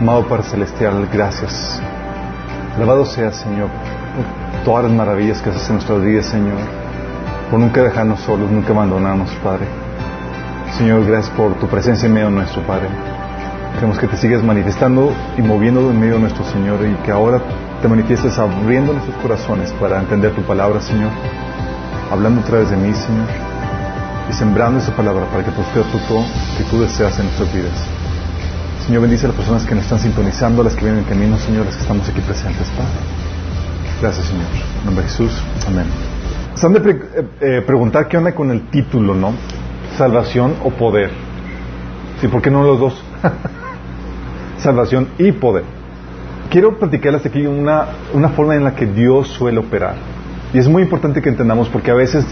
Amado Padre Celestial, gracias. Alabado sea, Señor, por todas las maravillas que haces en nuestras vidas, Señor, por nunca dejarnos solos, nunca abandonarnos, Padre. Señor, gracias por tu presencia en medio nuestro, Padre. Queremos que te sigas manifestando y moviendo en medio de nuestro, Señor, y que ahora te manifiestes abriendo nuestros corazones para entender tu palabra, Señor, hablando a través de mí, Señor, y sembrando esa palabra para que prospere el fruto que tú deseas en nuestras vidas. Señor, bendice a las personas que nos están sintonizando, a las que vienen en camino, Señor, las que estamos aquí presentes, Padre. Gracias, Señor. En nombre de Jesús. Amén. Se han de preguntar qué onda con el título, ¿no? Salvación o poder. Sí, ¿por qué no los dos? Salvación y poder. Quiero platicarles aquí una forma en la que Dios suele operar. Y es muy importante que entendamos porque a veces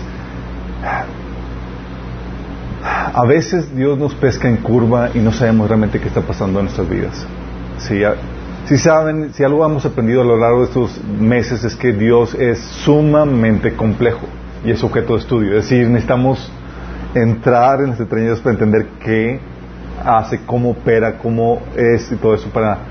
Dios nos pesca en curva y no sabemos realmente qué está pasando en nuestras vidas. Si algo hemos aprendido a lo largo de estos meses es que Dios es sumamente complejo y es objeto de estudio. Es decir, necesitamos entrar en las entrañas para entender qué hace, cómo opera, cómo es y todo eso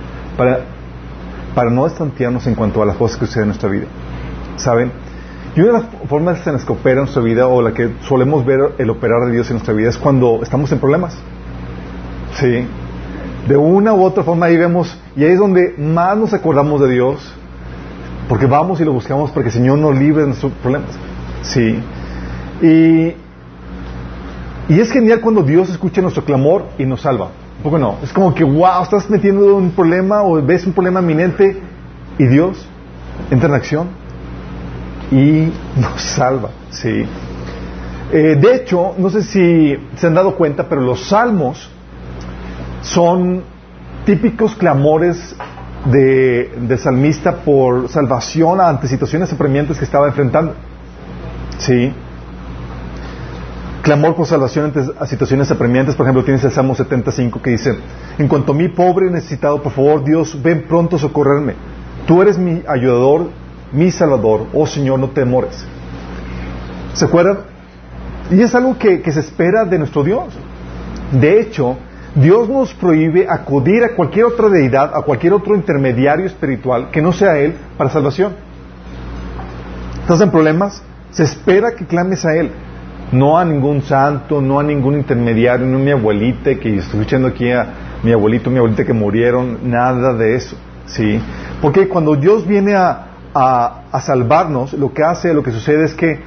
para no estantearnos en cuanto a las cosas que suceden en nuestra vida. ¿Saben? Y una de las formas en las que opera en nuestra vida, o la que solemos ver el operar de Dios en nuestra vida, es cuando estamos en problemas. Sí. De una u otra forma ahí vemos, y ahí es donde más nos acordamos de Dios, porque vamos y lo buscamos para que el Señor nos libre de nuestros problemas. Sí. Y es genial cuando Dios escucha nuestro clamor y nos salva. ¿Un poco no? Es como que, wow, estás metiendo un problema o ves un problema inminente y Dios entra en acción y nos salva, ¿sí? De hecho, no sé si se han dado cuenta, pero los salmos son típicos clamores de salmista por salvación ante situaciones apremiantes que estaba enfrentando, ¿sí? Clamor por salvación ante a situaciones apremiantes. Por ejemplo, tienes el Salmo 75 que dice: en cuanto a mí, pobre y necesitado, por favor, Dios, ven pronto a socorrerme. Tú eres mi ayudador, mi Salvador, oh Señor, no te demores. ¿Se acuerdan? Y es algo que se espera de nuestro Dios. De hecho, Dios nos prohíbe acudir a cualquier otra deidad, a cualquier otro intermediario espiritual que no sea Él para salvación. ¿Estás en problemas? Se espera que clames a Él, no a ningún santo, no a ningún intermediario, no a mi abuelita, que estoy escuchando aquí a mi abuelito, mi abuelita que murieron, nada de eso, ¿sí? Porque cuando Dios viene a salvarnos, lo que sucede es que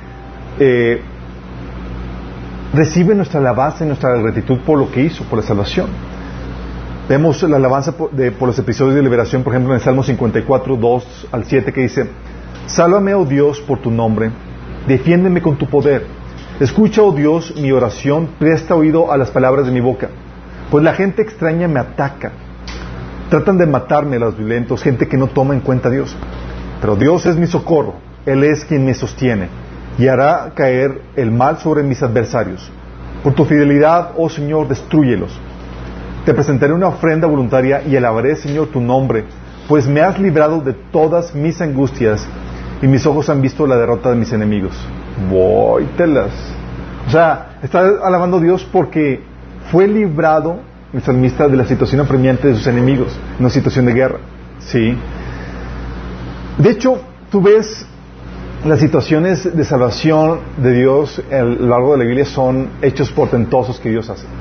recibe nuestra alabanza y nuestra gratitud por lo que hizo, por la salvación. Vemos la alabanza por los episodios de liberación, por ejemplo en el Salmo 54, 2 al 7, que dice: sálvame, oh Dios, por tu nombre, defiéndeme con tu poder, escucha, oh Dios, mi oración, presta oído a las palabras de mi boca, pues la gente extraña me ataca, tratan de matarme los violentos, gente que no toma en cuenta a Dios. Pero Dios es mi socorro, Él es quien me sostiene y hará caer el mal sobre mis adversarios. Por tu fidelidad, oh Señor, destrúyelos. Te presentaré una ofrenda voluntaria y alabaré, Señor, tu nombre, pues me has librado de todas mis angustias y mis ojos han visto la derrota de mis enemigos. Vóytelas. O sea, está alabando a Dios porque fue librado el salmista de la situación apremiante de sus enemigos, en una situación de guerra. Sí. De hecho, tú ves las situaciones de salvación de Dios a lo largo de la Biblia son hechos portentosos que Dios hace.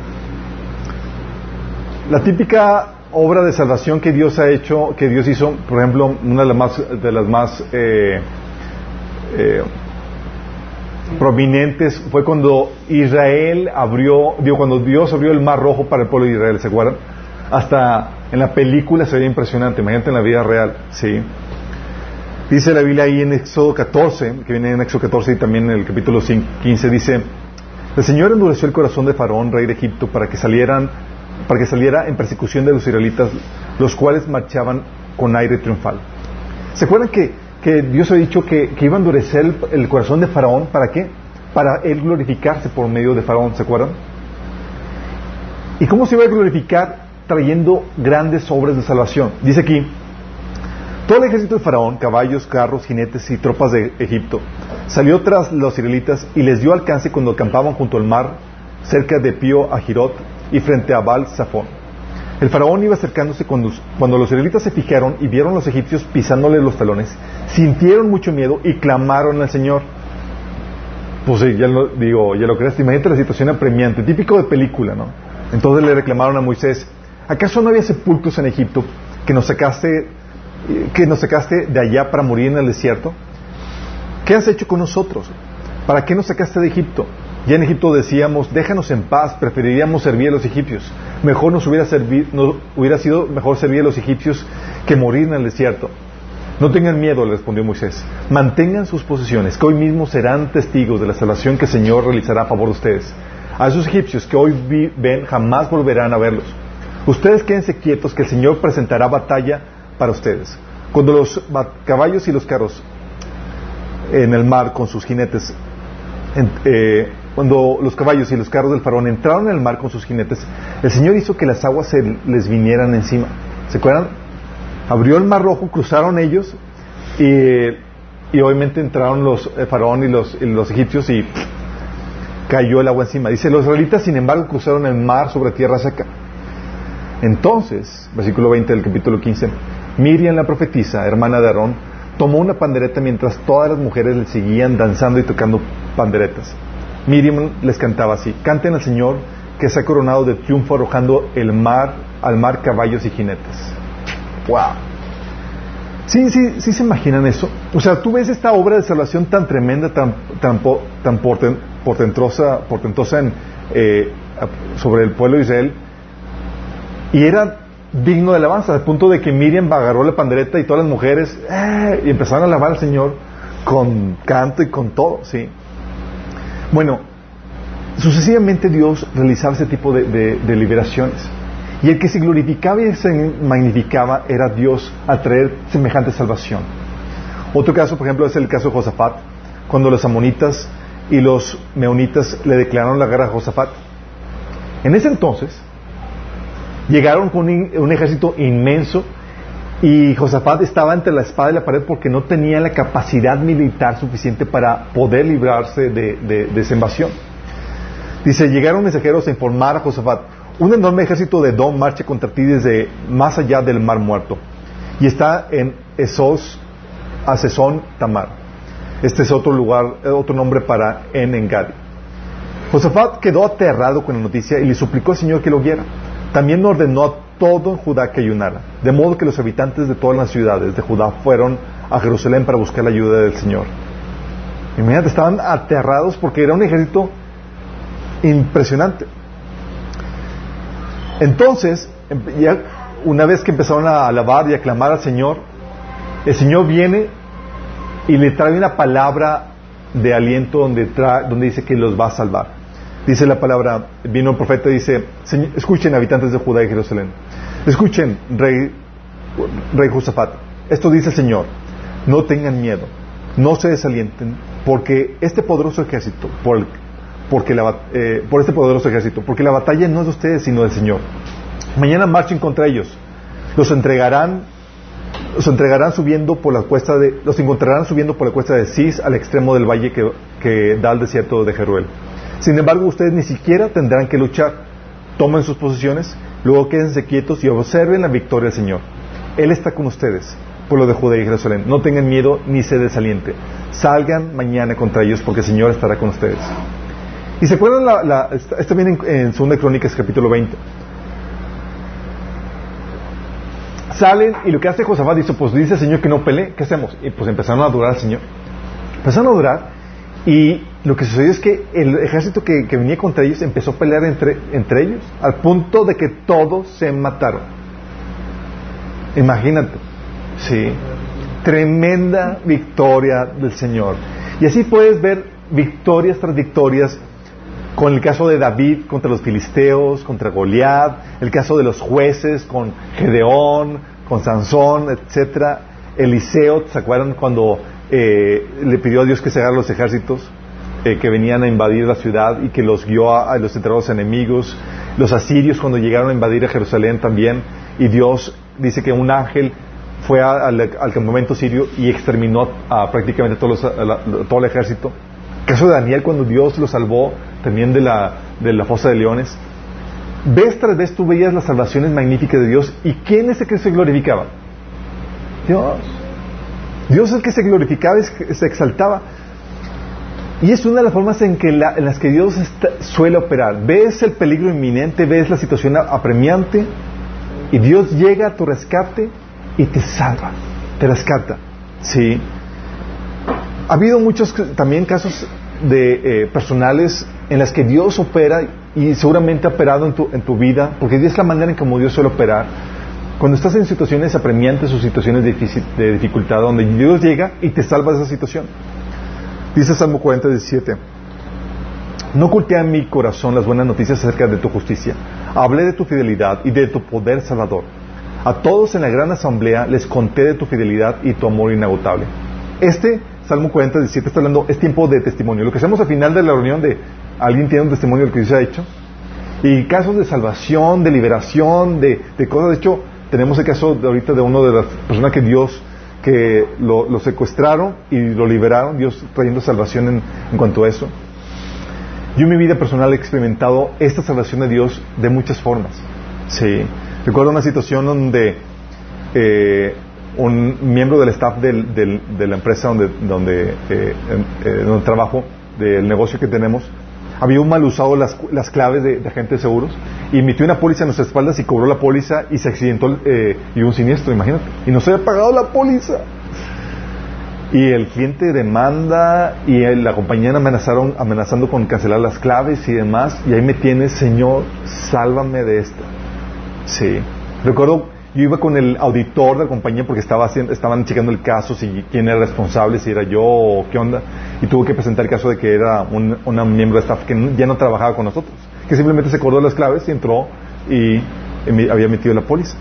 La típica obra de salvación que Dios ha hecho, que Dios hizo, por ejemplo, una de las más prominentes fue cuando cuando Dios abrió el Mar Rojo para el pueblo de Israel, ¿se acuerdan? Hasta en la película se veía impresionante, imagínate en la vida real, ¿sí? Dice la Biblia ahí en Éxodo 14, que viene en Éxodo 14 y también en el capítulo 15, dice: el Señor endureció el corazón de Faraón, rey de Egipto, para que saliera en persecución de los israelitas, los cuales marchaban con aire triunfal. ¿Se acuerdan que Dios ha dicho que iba a endurecer el corazón de Faraón? ¿Para qué? Para él glorificarse por medio de Faraón, ¿se acuerdan? ¿Y cómo se iba a glorificar? Trayendo grandes obras de salvación. Dice aquí: todo el ejército de Faraón, caballos, carros, jinetes y tropas de Egipto, salió tras los israelitas y les dio alcance cuando acampaban junto al mar, cerca de Pío Ajirot y frente a Baal Zafón. El faraón iba acercándose cuando los israelitas se fijaron y vieron a los egipcios pisándole los talones, sintieron mucho miedo y clamaron al Señor. Pues ya lo creaste. Imagínate la situación apremiante, típico de película, ¿no? Entonces le reclamaron a Moisés: ¿acaso no había sepulcros en Egipto que nos sacaste de allá para morir en el desierto? ¿Qué has hecho con nosotros? ¿Para qué nos sacaste de Egipto? Ya en Egipto decíamos: déjanos en paz, preferiríamos servir a los egipcios. Nos hubiera sido mejor servir a los egipcios que morir en el desierto. No tengan miedo, le respondió Moisés. Mantengan sus posesiones, que hoy mismo serán testigos de la salvación que el Señor realizará a favor de ustedes. A esos egipcios que hoy ven, jamás volverán a verlos. Ustedes quédense quietos, que el Señor presentará batalla para ustedes. Cuando los caballos y los carros en el mar con sus jinetes, cuando los caballos y los carros del faraón entraron en el mar con sus jinetes, el Señor hizo que las aguas les vinieran encima. ¿Se acuerdan? Abrió el mar rojo, cruzaron ellos y obviamente entraron los faraón y los egipcios y cayó el agua encima. Dice: los israelitas, sin embargo, cruzaron el mar sobre tierra seca. Entonces, versículo 20 del capítulo 15, Miriam, la profetisa, hermana de Aarón, tomó una pandereta mientras todas las mujeres le seguían danzando y tocando panderetas. Miriam les cantaba así: canten al Señor, que se ha coronado de triunfo arrojando al mar caballos y jinetes. ¡Wow! Sí se imaginan eso. O sea, tú ves esta obra de salvación tan tremenda, tan portentosa sobre el pueblo de Israel, y era digno de alabanza, al punto de que Miriam agarró la pandereta y todas las mujeres y empezaron a alabar al Señor con canto y con todo, ¿sí? Bueno, sucesivamente Dios realizaba ese tipo de liberaciones. Y el que se glorificaba y se magnificaba era Dios al traer semejante salvación. Otro caso, por ejemplo, es el caso de Josafat, cuando los amonitas y los meonitas le declararon la guerra a Josafat. En ese entonces llegaron con un ejército inmenso y Josafat estaba entre la espada y la pared porque no tenía la capacidad militar suficiente para poder librarse de esa invasión. Dice: llegaron mensajeros a informar a Josafat: un enorme ejército de Edom marcha contra ti desde más allá del Mar Muerto y está en Asesón Tamar. Este es otro nombre para En-Engadi. Josafat quedó aterrado con la noticia y le suplicó al Señor que lo guiara. También ordenó a todo en Judá que ayunara, de modo que los habitantes de todas las ciudades de Judá fueron a Jerusalén para buscar la ayuda del Señor. Imagínate, estaban aterrados porque era un ejército impresionante. Entonces, ya una vez que empezaron a alabar y a clamar al Señor, el Señor viene y le trae una palabra de aliento donde dice que los va a salvar. Dice la palabra, vino el profeta y dice: escuchen, habitantes de Judá y Jerusalén, escuchen, rey Josafat, esto dice el Señor: no tengan miedo, no se desalienten, porque este poderoso ejército, porque la batalla no es de ustedes sino del Señor. Mañana marchen contra ellos, los encontrarán subiendo por la cuesta de Cis al extremo del valle que da al desierto de Jeruel. Sin embargo, ustedes ni siquiera tendrán que luchar. Tomen sus posiciones, luego quédense quietos y observen la victoria del Señor. Él está con ustedes, pueblo de Judá y Jerusalén. No tengan miedo ni se desalienten. Salgan mañana contra ellos, porque el Señor estará con ustedes. ¿Y se acuerdan? Esto viene en 2 Crónicas capítulo 20. Salen y lo que hace Josafat dice: pues dice el Señor que no pelee, ¿qué hacemos? Y pues empezaron a adorar al Señor. Empezaron a adorar, y lo que sucedió es que el ejército que venía contra ellos empezó a pelear entre ellos, al punto de que todos se mataron. Imagínate. Sí. Tremenda victoria del Señor. Y así puedes ver victorias tras victorias, con el caso de David contra los filisteos, contra Goliat, el caso de los jueces con Gedeón, con Sansón, etcétera. Eliseo, ¿se acuerdan cuando le pidió a Dios que cegara los ejércitos que venían a invadir la ciudad y que los guió a los entregados enemigos? Los asirios cuando llegaron a invadir a Jerusalén también, y Dios dice que un ángel fue al campamento sirio y exterminó a prácticamente todo el ejército. El caso de Daniel cuando Dios lo salvó también de la fosa de leones. vez tras vez tú veías las salvaciones magníficas de Dios. ¿Y quién es el que se glorificaba? Dios. Dios es el que se glorificaba y se exaltaba. Y es una de las formas en las que Dios suele operar. Ves el peligro inminente, ves la situación apremiante, y Dios llega a tu rescate y te salva, te rescata. ¿Sí? Ha habido muchos también casos de personales en las que Dios opera, y seguramente ha operado en tu vida, porque es la manera en como Dios suele operar. Cuando estás en situaciones apremiantes o situaciones de dificultad, donde Dios llega y te salva de esa situación. Dice Salmo 47: no oculté a mi corazón las buenas noticias acerca de tu justicia. Hablé de tu fidelidad y de tu poder salvador. A todos en la gran asamblea les conté de tu fidelidad y tu amor inagotable. Salmo 47 está hablando, es tiempo de testimonio. Lo que hacemos al final de la reunión, de alguien tiene un testimonio de lo que Dios ha hecho, y casos de salvación, de liberación, de cosas. De hecho, tenemos el caso de ahorita de una de las personas que Dios, que lo secuestraron y lo liberaron, Dios trayendo salvación en cuanto a eso. Yo en mi vida personal he experimentado esta salvación de Dios de muchas formas. Sí. Recuerdo una situación donde un miembro del staff de la empresa donde trabajo, del negocio que tenemos, había mal usado las claves de agentes de seguros y emitió una póliza en nuestras espaldas y cobró la póliza y se accidentó y hubo un siniestro, imagínate, y no se había pagado la póliza, y el cliente demanda y la compañía amenazando con cancelar las claves y demás, y ahí me tienes, Señor, sálvame de esta. Sí, recuerdo, yo iba con el auditor de la compañía porque estaban checando el caso, si quién era responsable, si era yo o qué onda, y tuve que presentar el caso de que era una miembro de staff que ya no trabajaba con nosotros, que simplemente se acordó de las claves y entró y había metido la póliza.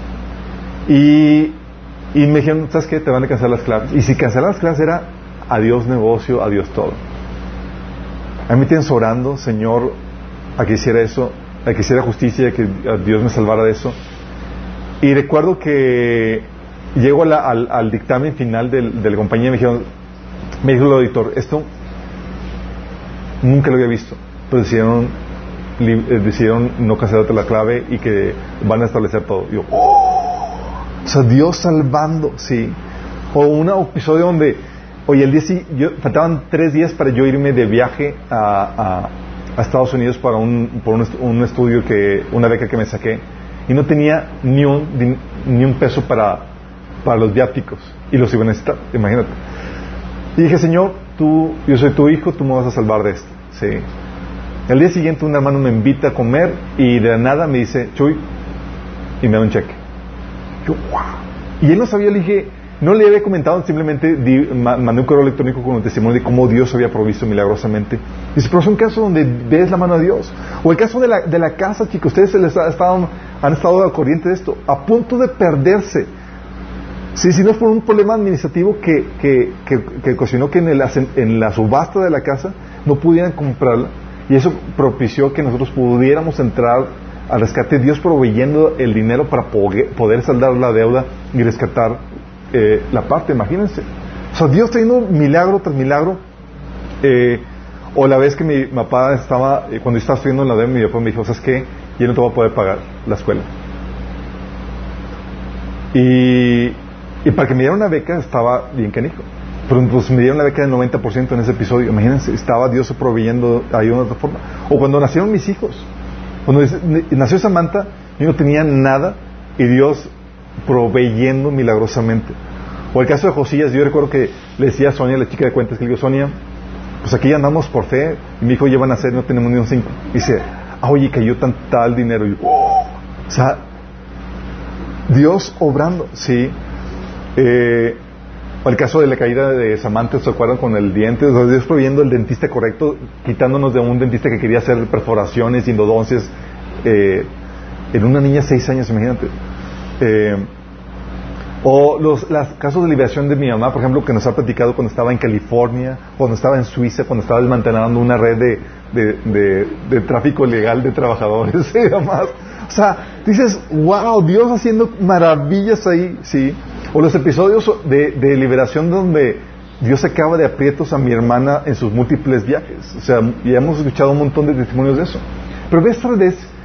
Y me dijeron, ¿sabes qué? Te van a cancelar las claves. Y si cancelaban las claves era adiós negocio, adiós todo. A mí me tienen orando, Señor, a que hiciera eso, a que hiciera justicia, a que Dios me salvara de eso. Y recuerdo que llego al dictamen final de la compañía y me dijo el auditor, esto nunca lo había visto, pero decidieron no cancelarte la clave y que van a establecer todo. Y yo, ¡oh! O sea, Dios salvando, sí. O un episodio donde, oye, faltaban 3 días para yo irme de viaje a Estados Unidos para un estudio, una beca que me saqué, y no tenía ni un peso para los viáticos, y los iba a necesitar, imagínate. Y dije, Señor, yo soy tu hijo, tú me vas a salvar de esto. Sí. El día siguiente un hermano me invita a comer y de la nada me dice, Chuy, y me da un cheque. Yo, wow. Y él no sabía, le dije, no le había comentado, simplemente mandé un correo electrónico con un testimonio de cómo Dios había provisto milagrosamente. Dice, pero es un caso donde ves la mano de Dios. O el caso de la casa, chicos, ustedes han estado al corriente de esto, a punto de perderse. Sí, si no es por un problema administrativo que ocasionó que en la subasta de la casa no pudieran comprarla, y eso propició que nosotros pudiéramos entrar al rescate, Dios proveyendo el dinero para poder saldar la deuda y rescatar la parte, imagínense. O sea, Dios trayendo milagro tras milagro. O la vez que mi papá cuando yo estaba estudiando en la deuda, mi papá me dijo, ¿sabes qué? Yo no te voy a poder pagar la escuela. Y para que me dieran una beca estaba bien canijo. Pero pues me dieron la beca del 90% en ese episodio. Imagínense, estaba Dios proveyendo ahí de una otra forma. O cuando nacieron mis hijos. Cuando nació Samantha, yo no tenía nada y Dios proveyendo milagrosamente. O el caso de Josías, yo recuerdo que le decía a Sonia, la chica de cuentas, que le digo, Sonia, pues aquí andamos por fe, y mi hijo ya van a nacer, no tenemos ni un 5. Y dice, oye, cayó tal dinero. Y yo, ¡oh! O sea, Dios obrando, sí. O el caso de la caída de Samantha, ¿se acuerdan? Con el diente, o sea, Dios proveyendo el dentista correcto, quitándonos de un dentista que quería hacer perforaciones y endodoncias en una niña de 6 años, imagínate. O los casos de liberación de mi mamá, por ejemplo, que nos ha platicado cuando estaba en California, cuando estaba en Suiza, cuando estaba desmantelando una red de tráfico ilegal de trabajadores y demás. O sea, dices, wow, Dios haciendo maravillas ahí, sí. O los episodios de liberación donde Dios sacaba de aprietos a mi hermana en sus múltiples viajes. O sea, ya hemos escuchado un montón de testimonios de eso. Pero vez tras vez,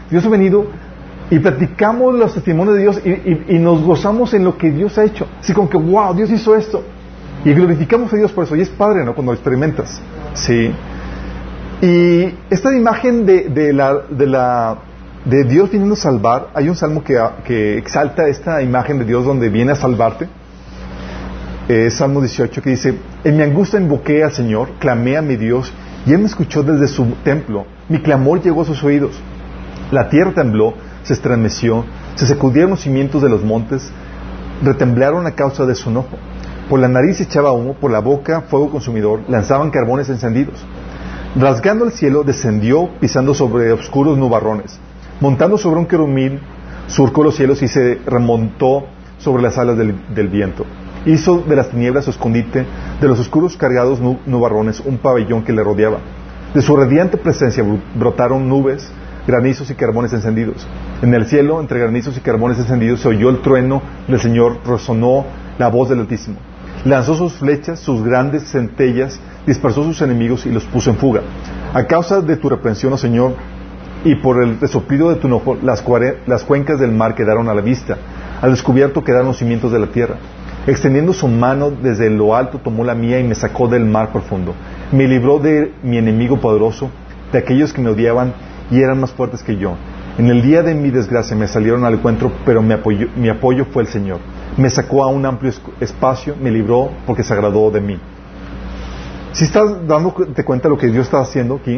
Dios ha venido y platicamos los testimonios de Dios y nos gozamos en lo que Dios ha hecho. Así como que, wow, Dios hizo esto. Y glorificamos a Dios por eso. Y es padre, ¿no? Cuando lo experimentas. Sí. Y esta imagen de Dios viniendo a salvar, hay un salmo que exalta esta imagen de Dios donde viene a salvarte. Salmo 18 que dice: en mi angustia invoqué al Señor, clamé a mi Dios y Él me escuchó desde su templo. Mi clamor llegó a sus oídos. La tierra tembló, se estremeció, se sacudieron los cimientos de los montes, retemblaron a causa de su enojo. Por la nariz echaba humo, por la boca fuego consumidor, lanzaban carbones encendidos. Rasgando el cielo, descendió pisando sobre oscuros nubarrones. Montando sobre un querubín, surcó los cielos y se remontó sobre las alas del viento. Hizo de las tinieblas su escondite, de los oscuros cargados nubarrones un pabellón que le rodeaba. De su radiante presencia brotaron nubes, granizos y carbones encendidos. En el cielo, entre granizos y carbones encendidos, se oyó el trueno del Señor, resonó la voz del Altísimo. Lanzó sus flechas, sus grandes centellas, dispersó sus enemigos y los puso en fuga. A causa de tu reprensión, oh Señor, y por el resoplido de tu enojo, las cuencas del mar quedaron a la vista. Al descubierto quedaron los cimientos de la tierra. Extendiendo su mano desde lo alto, tomó la mía y me sacó del mar profundo. Me libró de mi enemigo poderoso, de aquellos que me odiaban y eran más fuertes que yo. En el día de mi desgracia me salieron al encuentro, pero mi apoyo fue el Señor. Me sacó a un amplio espacio, me libró porque se agradó de mí. Si estás dándote cuenta de lo que Dios está haciendo aquí,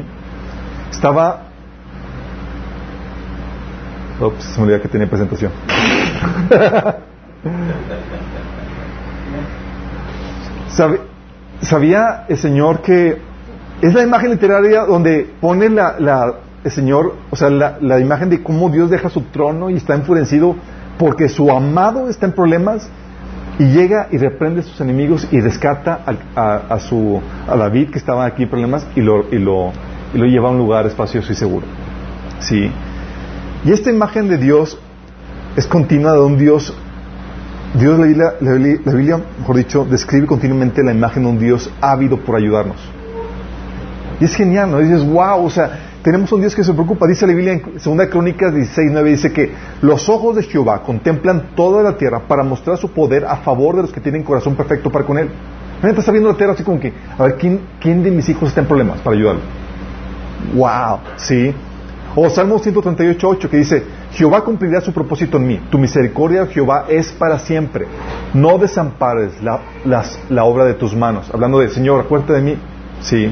se me olvidó que tenía presentación. ¿Sabía el Señor que es la imagen literaria donde pone el Señor, o sea, la imagen de cómo Dios deja su trono y está enfurecido porque su amado está en problemas y llega y reprende a sus enemigos y rescata a David, que estaba aquí en problemas, y lo lleva a un lugar espacioso y seguro? Sí. Y esta imagen de Dios es continua, de un Dios. La Biblia, mejor dicho, describe continuamente la imagen de un Dios ávido por ayudarnos. Y es genial, ¿no? Y dices, wow, o sea, tenemos un Dios que se preocupa. Dice la Biblia en 2 Crónicas 16:9, dice que los ojos de Jehová contemplan toda la tierra para mostrar su poder a favor de los que tienen corazón perfecto para con Él. La gente está viendo la tierra así como que, a ver, ¿quién de mis hijos está en problemas para ayudarlo? Wow, sí. O Salmo 138:8 que dice: Jehová cumplirá su propósito en mí, tu misericordia, Jehová, es para siempre. No desampares la obra de tus manos. Hablando de: Señor, acuérdate de mí. Sí.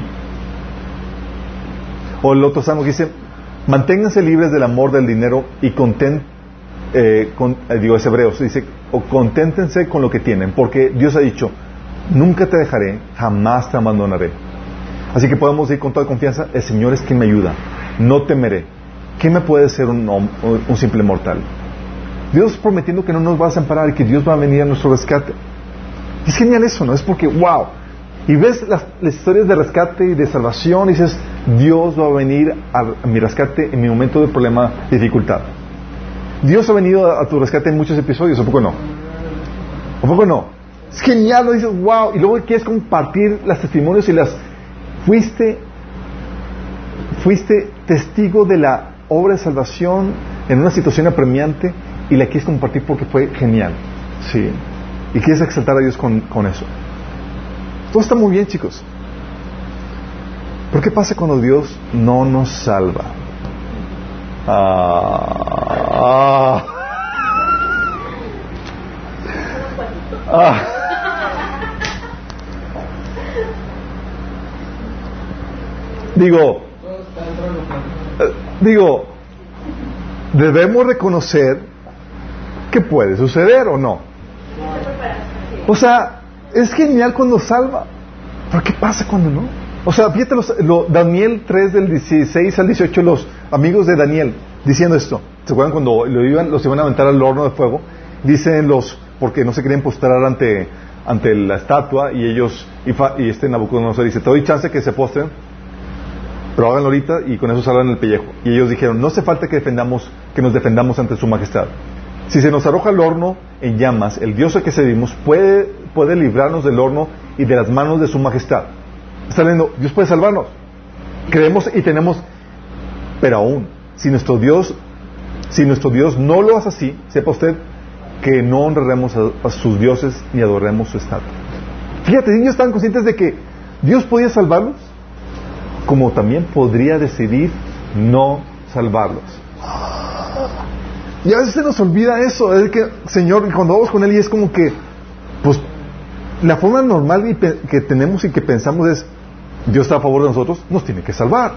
O el otro salmo que dice: manténganse libres del amor del dinero y es Hebreos, dice: o conténtense con lo que tienen, porque Dios ha dicho: nunca te dejaré, jamás te abandonaré. Así que podemos decir con toda confianza: el Señor es quien me ayuda, no temeré. ¿Qué me puede ser un simple mortal? Dios prometiendo que no nos va a desamparar y que Dios va a venir a nuestro rescate. Es genial eso, ¿no? Es porque, wow. Y ves las historias de rescate y de salvación y dices: Dios va a venir a mi rescate en mi momento de problema, dificultad. Dios ha venido a tu rescate en muchos episodios, ¿o poco no? ¿O poco no? Es genial, ¿no? Dices, wow. Y luego quieres compartir las testimonios y fuiste testigo de la obra de salvación en una situación apremiante y la quieres compartir porque fue genial. Sí. Y quieres exaltar a Dios con eso. Todo está muy bien, chicos. ¿Pero qué pasa cuando Dios no nos salva? Digo, debemos reconocer que puede suceder o no. O sea, es genial cuando salva, pero ¿qué pasa cuando no? O sea, fíjate Daniel 3 del 16 al 18, los amigos de Daniel diciendo esto. ¿Se acuerdan cuando los iban a aventar al horno de fuego? Dicen porque no se querían postrar ante la estatua, y ellos, y Nabucodonosor dice: te doy chance que se postren, pero háganlo ahorita y con eso salgan el pellejo. Y ellos dijeron: no hace falta que nos defendamos ante su majestad. Si se nos arroja al horno en llamas, el Dios al que servimos puede librarnos del horno y de las manos de su majestad. Está leyendo: Dios puede salvarnos. Creemos y tenemos, pero aún, si nuestro Dios si nuestro Dios no lo hace así, sepa usted que no honraremos a sus dioses ni adoraremos su estatua. Fíjate, ellos estaban conscientes de que Dios podía salvarlos, como también podría decidir no salvarlos. Y a veces se nos olvida eso, es que, Señor, cuando vamos con Él y es como que, pues, la forma normal que tenemos y que pensamos es, Dios está a favor de nosotros, nos tiene que salvar.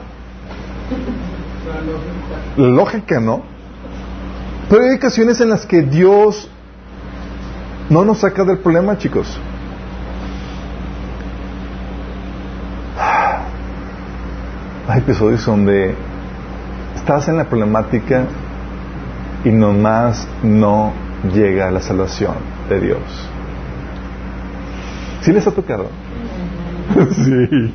La lógica, ¿no? Pero hay ocasiones en las que Dios no nos saca del problema, chicos. Hay episodios donde estás en la problemática y nomás no llega la salvación de Dios. ¿Sí les ha tocado? Sí.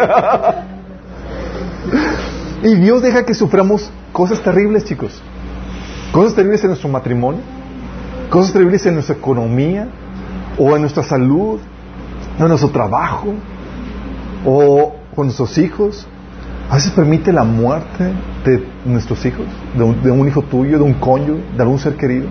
Y Dios deja que suframos cosas terribles, chicos. Cosas terribles en nuestro matrimonio, cosas terribles en nuestra economía, o en nuestra salud, o en nuestro trabajo, o con nuestros hijos. A veces permite la muerte de nuestros hijos, de un hijo tuyo, de un cónyuge, de algún ser querido.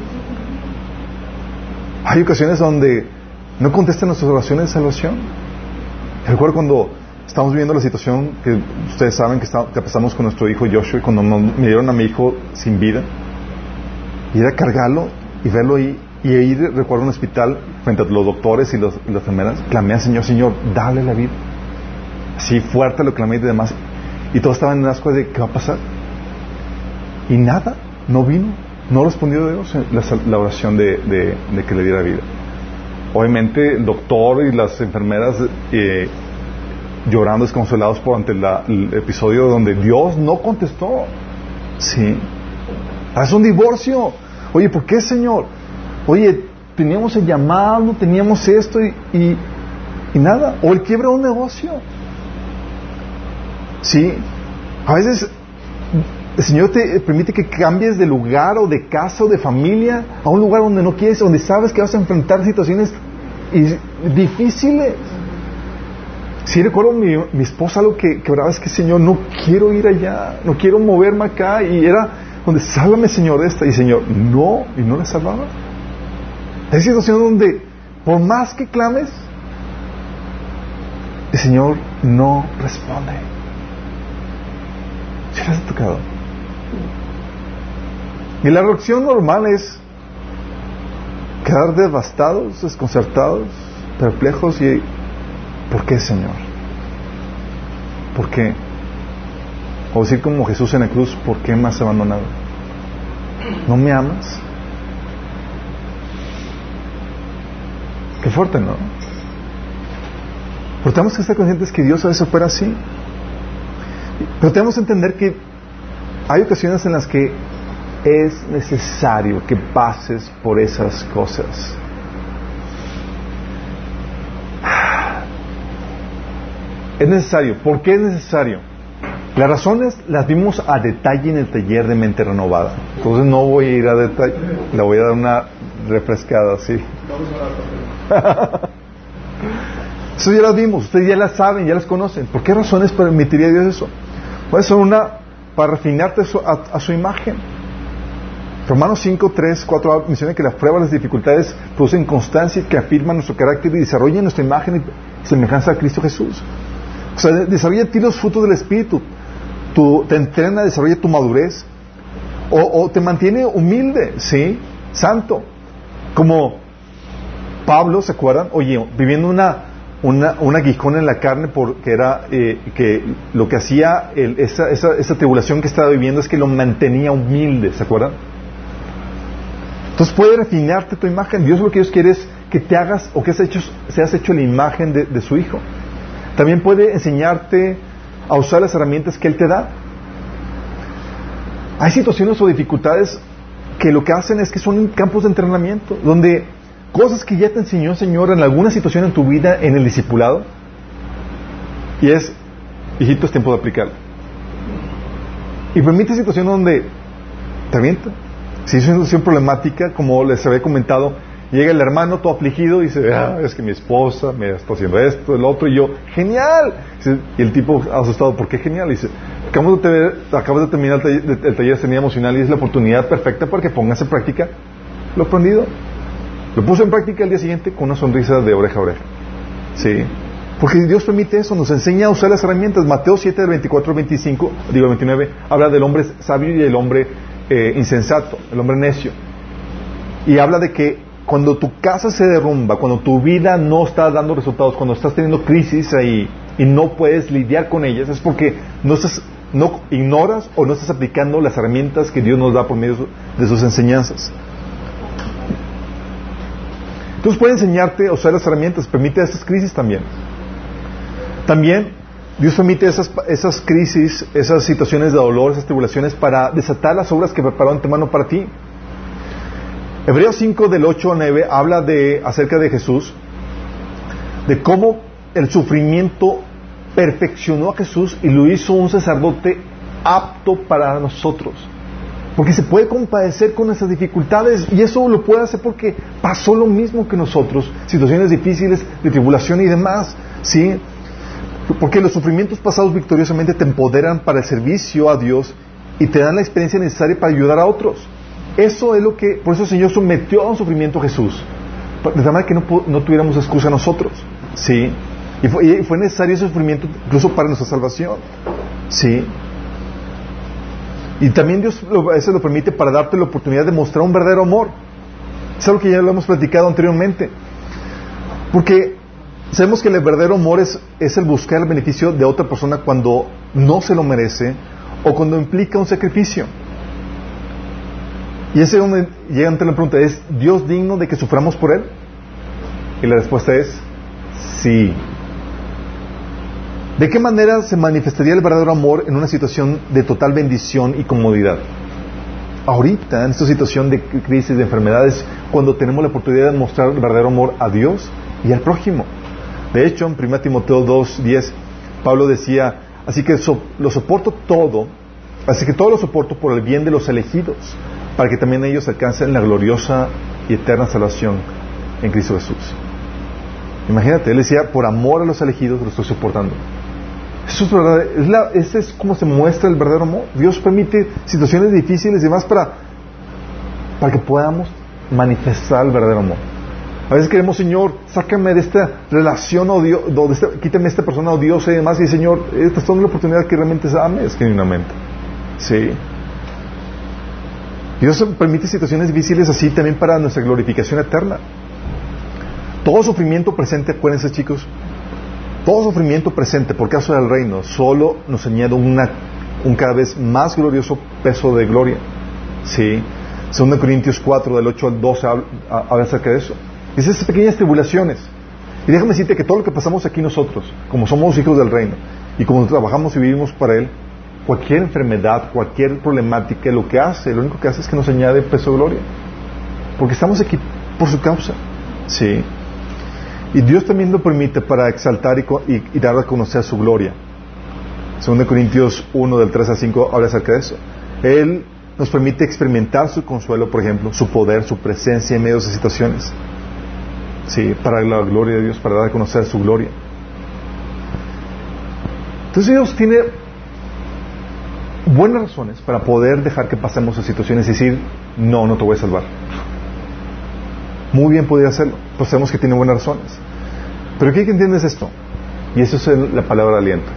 Hay ocasiones donde no contestan nuestras oraciones de salvación. Recuerdo cuando estamos viviendo la situación que ustedes saben que pasamos con nuestro hijo Joshua, y cuando me dieron a mi hijo sin vida, y era cargarlo y verlo ahí, y ahí recuerdo un hospital frente a los doctores y las enfermeras, clamé al Señor, Señor, dale la vida. Así fuerte lo clamé y demás, y todos estaban en el asco de ¿qué va a pasar? Y nada, no vino, no respondió Dios la oración de que le diera vida. Obviamente el doctor y las enfermeras llorando desconsolados ante el episodio donde Dios no contestó. Sí, es un divorcio. Oye, ¿por qué, Señor? Oye, teníamos el llamado, teníamos esto y nada. O el quiebra un negocio. Sí, a veces el Señor te permite que cambies de lugar o de casa o de familia a un lugar donde no quieres, donde sabes que vas a enfrentar situaciones difíciles. Sí, recuerdo mi esposa algo que oraba, es que, Señor, no quiero ir allá, no quiero moverme acá, y era donde, sálvame, Señor, de esta, y Señor, no, y no la salvaba. Hay situaciones donde por más que clames, el Señor no responde. ¿Sí les ha tocado? Y la reacción normal es quedar devastados, desconcertados, perplejos y ¿por qué, Señor? ¿Por qué? O decir como Jesús en la cruz, ¿por qué me has abandonado? ¿No me amas? Qué fuerte, ¿no? Pero tenemos que estar conscientes que Dios a veces opera así. Pero tenemos que entender que hay ocasiones en las que es necesario que pases por esas cosas. Es necesario. ¿Por qué es necesario? Las razones las vimos a detalle en el taller de Mente Renovada. Entonces no voy a ir a detalle. Le voy a dar una refrescada así. Eso ya las vimos. Ustedes ya las saben, ya las conocen. ¿Por qué razones permitiría Dios eso? Puede ser una para refinarte a su imagen. Romanos 5, 3, 4 menciona que las pruebas, las dificultades producen constancia que afirman nuestro carácter y desarrollan nuestra imagen y semejanza a Cristo Jesús. O sea, desarrolla en ti los frutos del Espíritu. Te entrena, desarrolla tu madurez. O te mantiene humilde, ¿sí? Santo. Como Pablo, ¿se acuerdan? Oye, viviendo un aguijón en la carne, porque era que lo que hacía esa tribulación que estaba viviendo es que lo mantenía humilde, ¿se acuerdan? Entonces puede refinarte tu imagen. Dios lo que Dios quiere es que te hagas o que seas hecho la imagen de su Hijo. También puede enseñarte a usar las herramientas que Él te da. Hay situaciones o dificultades que lo que hacen es que son campos de entrenamiento, donde cosas que ya te enseñó el Señor en alguna situación en tu vida, en el discipulado, y es, hijito, es tiempo de aplicarlo. Y permite situaciones donde te avienta. Si es una situación problemática, como les había comentado, Llega el hermano todo afligido y dice, es que mi esposa me está haciendo esto, el otro, y yo, ¡genial! Y el tipo asustado, ¿por qué genial? Y dice, acabas de terminar el taller de sanidad emocional y es la oportunidad perfecta para que pongas en práctica lo aprendido. Lo puso en práctica el día siguiente con una sonrisa de oreja a oreja. Sí. Porque Dios permite eso, nos enseña a usar las herramientas. Mateo 7, del 24 al 29, habla del hombre sabio y el hombre insensato, el hombre necio. Y habla de que cuando tu casa se derrumba, cuando tu vida no está dando resultados, cuando estás teniendo crisis ahí y no puedes lidiar con ellas, es porque no ignoras o no estás aplicando las herramientas que Dios nos da por medio de sus enseñanzas. Entonces puede enseñarte a usar las herramientas, permite esas crisis también. También Dios permite esas crisis, esas situaciones de dolor, esas tribulaciones para desatar las obras que preparó antemano para ti. Hebreos 5 del 8 al 9 habla acerca de Jesús, de cómo el sufrimiento perfeccionó a Jesús y lo hizo un sacerdote apto para nosotros. Porque se puede compadecer con esas dificultades y eso lo puede hacer porque pasó lo mismo que nosotros, situaciones difíciles de tribulación y demás, ¿sí? Porque los sufrimientos pasados victoriosamente te empoderan para el servicio a Dios y te dan la experiencia necesaria para ayudar a otros. Eso es lo que, por eso el Señor sometió a un sufrimiento a Jesús, de tal manera que no tuviéramos excusa nosotros, ¿sí? Y fue necesario ese sufrimiento incluso para nuestra salvación, ¿sí? Y también Dios a veces lo permite para darte la oportunidad de mostrar un verdadero amor. Es algo que ya lo hemos platicado anteriormente. Porque sabemos que el verdadero amor es el buscar el beneficio de otra persona cuando no se lo merece o cuando implica un sacrificio. Y ese es donde llega ante la pregunta, ¿es Dios digno de que suframos por Él? Y la respuesta es sí. ¿De qué manera se manifestaría el verdadero amor en una situación de total bendición y comodidad? Ahorita, en esta situación de crisis, de enfermedades, cuando tenemos la oportunidad de mostrar el verdadero amor a Dios y al prójimo. De hecho, en 1 Timoteo 2:10, Pablo decía, así que todo lo soporto por el bien de los elegidos, para que también ellos alcancen la gloriosa y eterna salvación en Cristo Jesús. Imagínate, él decía, por amor a los elegidos lo estoy soportando. Eso es verdad, ese es como se muestra el verdadero amor. Dios permite situaciones difíciles y demás para que podamos manifestar el verdadero amor. A veces queremos, Señor, sácame de esta relación odiosa, quítame esta persona odiosa y demás, y Señor, esta es la oportunidad que realmente ames genuinamente. Sí. Dios permite situaciones difíciles así también para nuestra glorificación eterna. Todo sufrimiento presente, acuérdense, chicos, todo sufrimiento presente por causa del reino solo nos añade un cada vez más glorioso peso de gloria. ¿Sí? 2 Corintios 4 del 8 al 12 habla acerca de eso. Dice esas pequeñas tribulaciones. Y déjame decirte que todo lo que pasamos aquí nosotros, como somos hijos del reino y como trabajamos y vivimos para Él, cualquier enfermedad, cualquier problemática, lo único que hace es que nos añade peso de gloria. Porque estamos aquí por su causa. Sí. Y Dios también lo permite para exaltar y dar a conocer su gloria. 2 Corintios 1 del 3 al 5 habla acerca de eso. Él nos permite experimentar su consuelo, por ejemplo, su poder, su presencia en medio de esas situaciones. Sí, para la gloria de Dios, para dar a conocer su gloria. Entonces Dios tiene buenas razones para poder dejar que pasemos esas situaciones y decir, no te voy a salvar. Muy bien podría hacerlo, pues sabemos que tiene buenas razones. Pero ¿qué hay que entender es esto? Y eso es la palabra de aliento.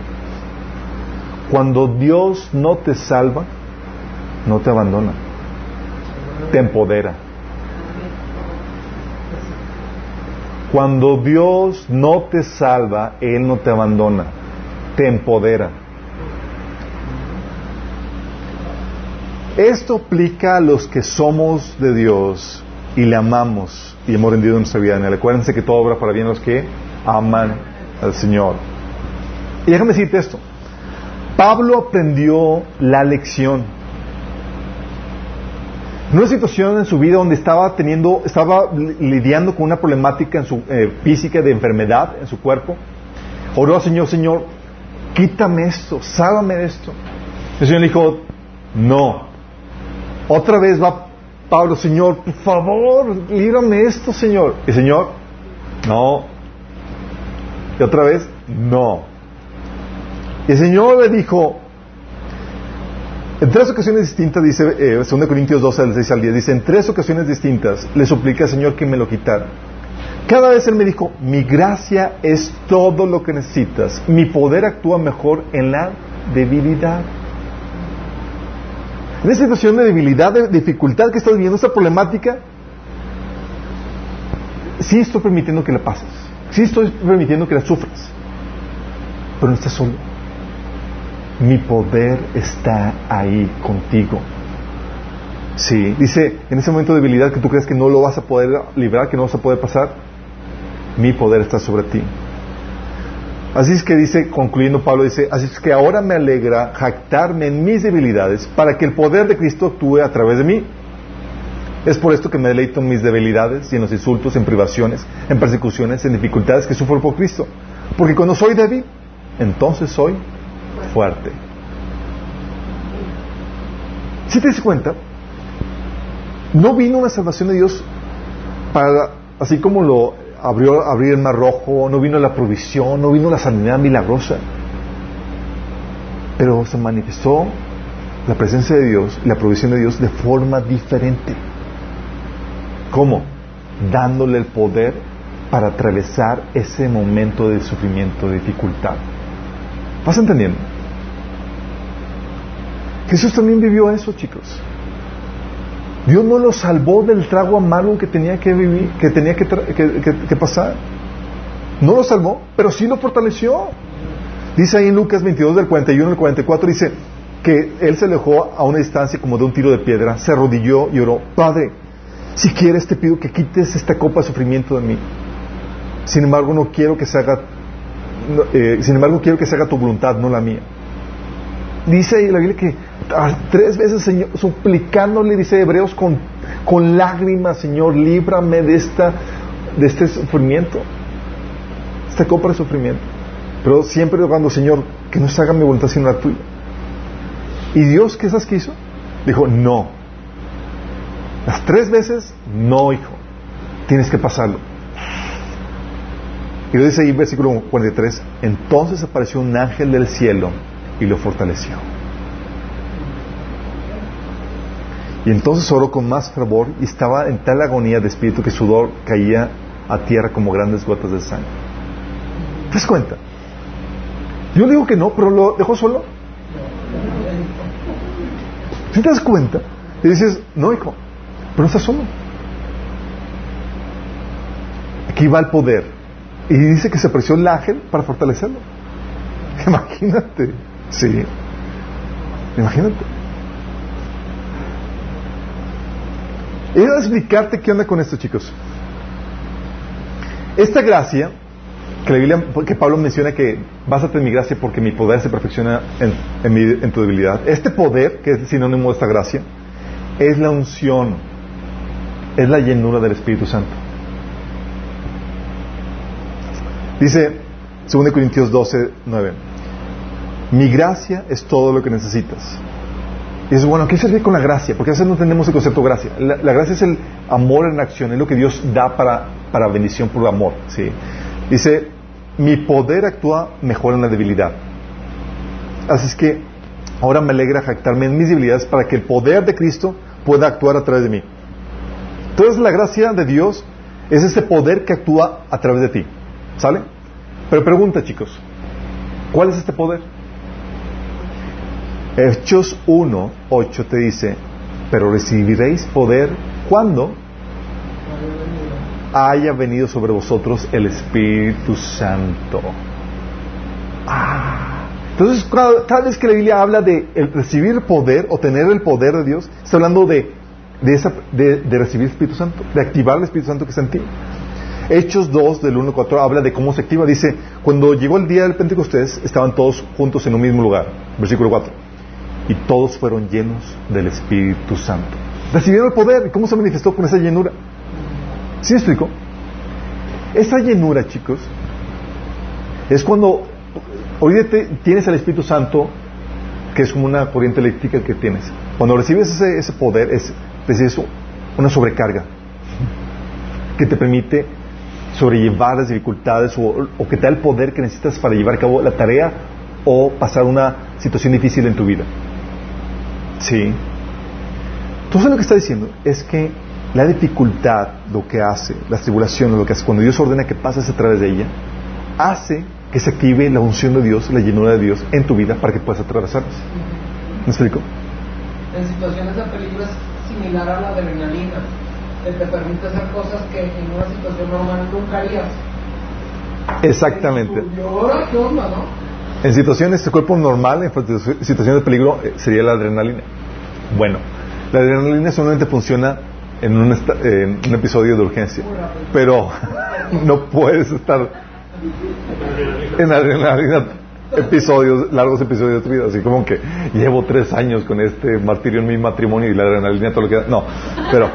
Cuando Dios no te salva, no te abandona, te empodera. Cuando Dios no te salva, Él no te abandona, te empodera. Esto aplica a los que somos de Dios y le amamos y hemos rendido nuestra vida en Él. Acuérdense que todo obra para bien a los que aman al Señor. Y déjame decirte esto. Pablo aprendió la lección. En una situación en su vida donde estaba lidiando con una problemática en su física de enfermedad en su cuerpo, oró al Señor, Señor, quítame esto, sálvame de esto. El Señor le dijo, no. Otra vez va Pablo, Señor, por favor, líbrame esto, Señor. Y el Señor, no. Y otra vez, no. Y el Señor le dijo, en 3 ocasiones distintas, dice 2 Corintios 12, del 6 al 10, dice, en 3 ocasiones distintas le supliqué al Señor que me lo quitara. Cada vez Él me dijo, mi gracia es todo lo que necesitas. Mi poder actúa mejor en la debilidad. En esta situación de debilidad, de dificultad que estás viviendo, esta problemática, sí estoy permitiendo que la pases. Sí estoy permitiendo que la sufras. Pero no estás solo. Mi poder está ahí contigo. Sí, dice, en ese momento de debilidad que tú crees que no lo vas a poder librar, que no vas a poder pasar, mi poder está sobre ti. Así es que dice, concluyendo Pablo, dice, así es que ahora me alegra jactarme en mis debilidades para que el poder de Cristo actúe a través de mí. Es por esto que me deleito en mis debilidades y en los insultos, en privaciones, en persecuciones, en dificultades que sufro por Cristo. Porque cuando soy débil, entonces soy fuerte. Si te das cuenta, no vino una salvación de Dios para, así como lo abrir el mar rojo, no vino la provisión, no vino la sanidad milagrosa, pero se manifestó la presencia de Dios y la provisión de Dios de forma diferente. ¿Cómo? Dándole el poder para atravesar ese momento de sufrimiento, de dificultad. ¿Vas entendiendo? Jesús también vivió eso, chicos. Dios no lo salvó del trago amargo que tenía que vivir, que tenía que pasar. No lo salvó, pero sí lo fortaleció. Dice ahí en Lucas 22 del 41 al 44, dice que Él se alejó a una distancia como de un tiro de piedra, se arrodilló y oró, Padre, si quieres te pido que quites esta copa de sufrimiento de mí. Sin embargo, quiero que se haga tu voluntad, no la mía. Dice ahí la Biblia que 3 veces, Señor, suplicándole, dice Hebreos, con lágrimas, Señor, líbrame de este sufrimiento, esta copa de sufrimiento. Pero siempre rogando, Señor, que no se haga mi voluntad sino la tuya. Y Dios, ¿qué sabes qué hizo? Dijo, no. Las 3 veces, no, hijo. Tienes que pasarlo. Y lo dice ahí, versículo 43, entonces apareció un ángel del cielo y lo fortaleció. Y entonces oró con más fervor y estaba en tal agonía de espíritu que sudor caía a tierra como grandes gotas de sangre. ¿Te das cuenta? Yo le digo que no, pero lo dejó solo. ¿Sí te das cuenta? Y dices, no, hijo, pero no estás solo. Aquí va el poder. Y dice que se apareció el ángel para fortalecerlo. Imagínate. Sí. Imagínate. Y voy a explicarte qué onda con esto, chicos. Esta gracia que la Biblia, que Pablo menciona que básate en mi gracia porque mi poder se perfecciona en tu debilidad. Este poder, que es sinónimo de esta gracia, es la unción, es la llenura del Espíritu Santo. Dice 2 Corintios 12, 9, mi gracia es todo lo que necesitas. Y dices, bueno, ¿qué sirve con la gracia? Porque a veces no entendemos el concepto de gracia. La gracia es el amor en acción, es lo que Dios da para bendición por amor, ¿sí? Dice, mi poder actúa mejor en la debilidad. Así es que ahora me alegra jactarme en mis debilidades para que el poder de Cristo pueda actuar a través de mí. Entonces la gracia de Dios es ese poder que actúa a través de ti. ¿Sale? Pero pregunta, chicos, ¿cuál es este poder? Hechos 1:8 te dice, pero recibiréis poder cuando haya venido sobre vosotros el Espíritu Santo. Entonces cada vez que la Biblia habla de recibir poder o tener el poder de Dios, está hablando de recibir el Espíritu Santo, de activar el Espíritu Santo que está en ti. Hechos 2 del 1 al 4 habla de cómo se activa. Dice, cuando llegó el día del Pentecostés estaban todos juntos en un mismo lugar. Versículo 4. Y todos fueron llenos del Espíritu Santo. Recibieron el poder. ¿Y cómo se manifestó con esa llenura? ¿Sí me explico? Esa llenura, chicos, es cuando hoy tienes el Espíritu Santo, que es como una corriente eléctrica que tienes. Cuando recibes ese poder, recibes una sobrecarga que te permite sobrellevar las dificultades o que te da el poder que necesitas para llevar a cabo la tarea o pasar una situación difícil en tu vida. Sí. Entonces lo que está diciendo es que la dificultad, lo que hace, las tribulaciones, lo que hace cuando Dios ordena que pases a través de ella, hace que se active la unción de Dios, la llenura de Dios en tu vida para que puedas atravesarlas. ¿Me explico? En situaciones de peligro es similar a la adrenalina, que te permite hacer cosas que en una situación normal nunca harías. Exactamente. ¿Y ahora qué onda, no? En situaciones de cuerpo normal, en situaciones de peligro, sería la adrenalina. Bueno, la adrenalina solamente funciona en un episodio de urgencia, pero no puedes estar en adrenalina largos episodios de tu vida, así como que llevo 3 años con este martirio en mi matrimonio y la adrenalina todo lo que da. No, pero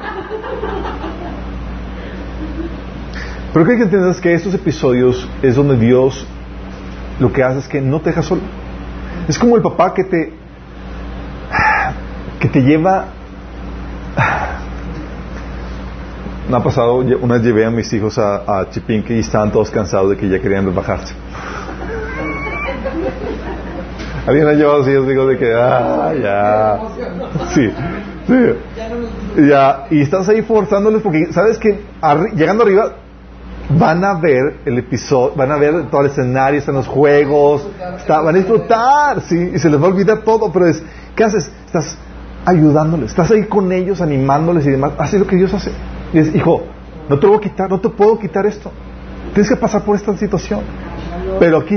lo que hay que entender es que estos episodios es donde Dios lo que hace es que no te deja solo. Es como el papá que te lleva. Me ha pasado, una vez llevé a mis hijos a Chipinque y estaban todos cansados de que ya querían bajarse. Alguien ha llevado así, os digo, de que, ya. Sí, ya. Y estás ahí forzándoles porque sabes que llegando arriba van a ver el episodio, van a ver todo el escenario, están los juegos, van a disfrutar, sí, y se les va a olvidar todo, pero ¿qué haces? Estás ayudándoles, estás ahí con ellos, animándoles y demás. Así es lo que Dios hace. Y dices, hijo, no te lo voy a quitar, no te puedo quitar esto. Tienes que pasar por esta situación. Pero aquí...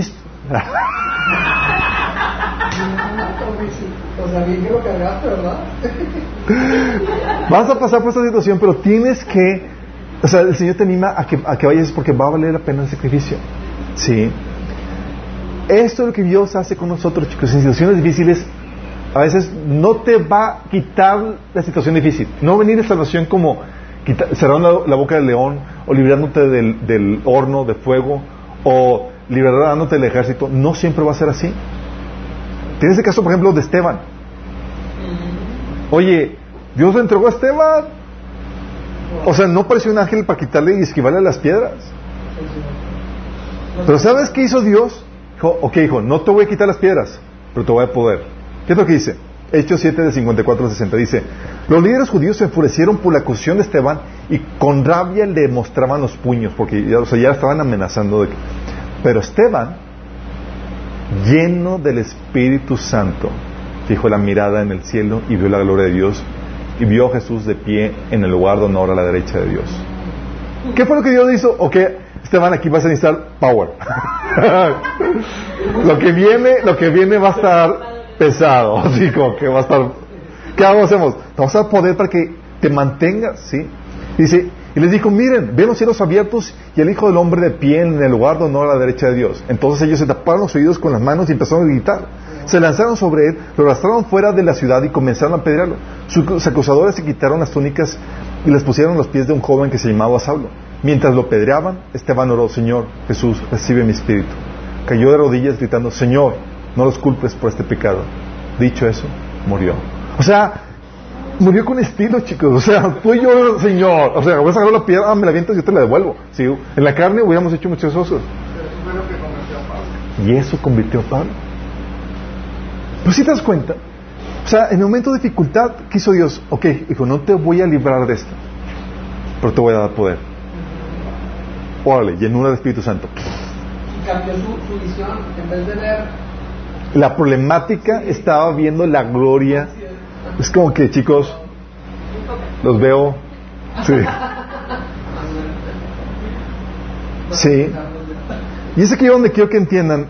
Vas a pasar por esta situación, pero tienes que... O sea, el Señor te anima a que vayas porque va a valer la pena el sacrificio. Sí. Esto es lo que Dios hace con nosotros, chicos. En situaciones difíciles, a veces no te va a quitar la situación difícil. No va a venir la salvación como cerrando la boca del león, o librándote del horno de fuego, o liberándote del ejército. No siempre va a ser así. Tienes el caso, por ejemplo, de Esteban. Oye, Dios le entregó a Esteban. O sea, no pareció un ángel para quitarle y esquivarle las piedras. Pero ¿sabes qué hizo Dios? Dijo, ok, hijo, no te voy a quitar las piedras, pero te voy a poder. ¿Qué es lo que dice? Hechos 7 de 54 al 60 dice: los líderes judíos se enfurecieron por la acusación de Esteban y con rabia le mostraban los puños, porque ya estaban amenazando de que... Pero Esteban, lleno del Espíritu Santo, fijó la mirada en el cielo y vio la gloria de Dios y vio a Jesús de pie en el lugar de honor a la derecha de Dios. ¿Qué fue lo que Dios hizo? Ok, Esteban, aquí vas a necesitar power. Lo que viene va a estar pesado, así como que va a estar... ¿Qué hacemos? Te vamos a dar poder para que te mantengas, ¿sí? Dice, y les dijo, miren, ven los cielos abiertos y el Hijo del Hombre de pie en el lugar de honor a la derecha de Dios. Entonces ellos se taparon los oídos con las manos y empezaron a gritar. Se lanzaron sobre él, lo arrastraron fuera de la ciudad y comenzaron a apedrearlo. Sus acusadores se quitaron las túnicas y les pusieron a los pies de un joven que se llamaba Saulo. Mientras lo apedreaban, Esteban oró: Señor Jesús, recibe mi espíritu. Cayó de rodillas gritando: Señor, no los culpes por este pecado. Dicho eso, murió. O sea, murió con estilo, chicos. O sea, tú y yo, Señor, o sea, voy a sacar la piedra, me la avientas y yo te la devuelvo. ¿Sí? En la carne hubiéramos hecho muchas cosas. Y eso convirtió a Pablo. Pero si te das cuenta, o sea, en el momento de dificultad, ¿qué hizo Dios? Ok, hijo, no te voy a librar de esto, pero te voy a dar poder. Órale, llenura del Espíritu Santo. Y cambió su visión, en vez de ver la problemática, estaba viendo la gloria. Es como que, chicos, los veo. Sí. Sí. Y es aquí donde quiero que entiendan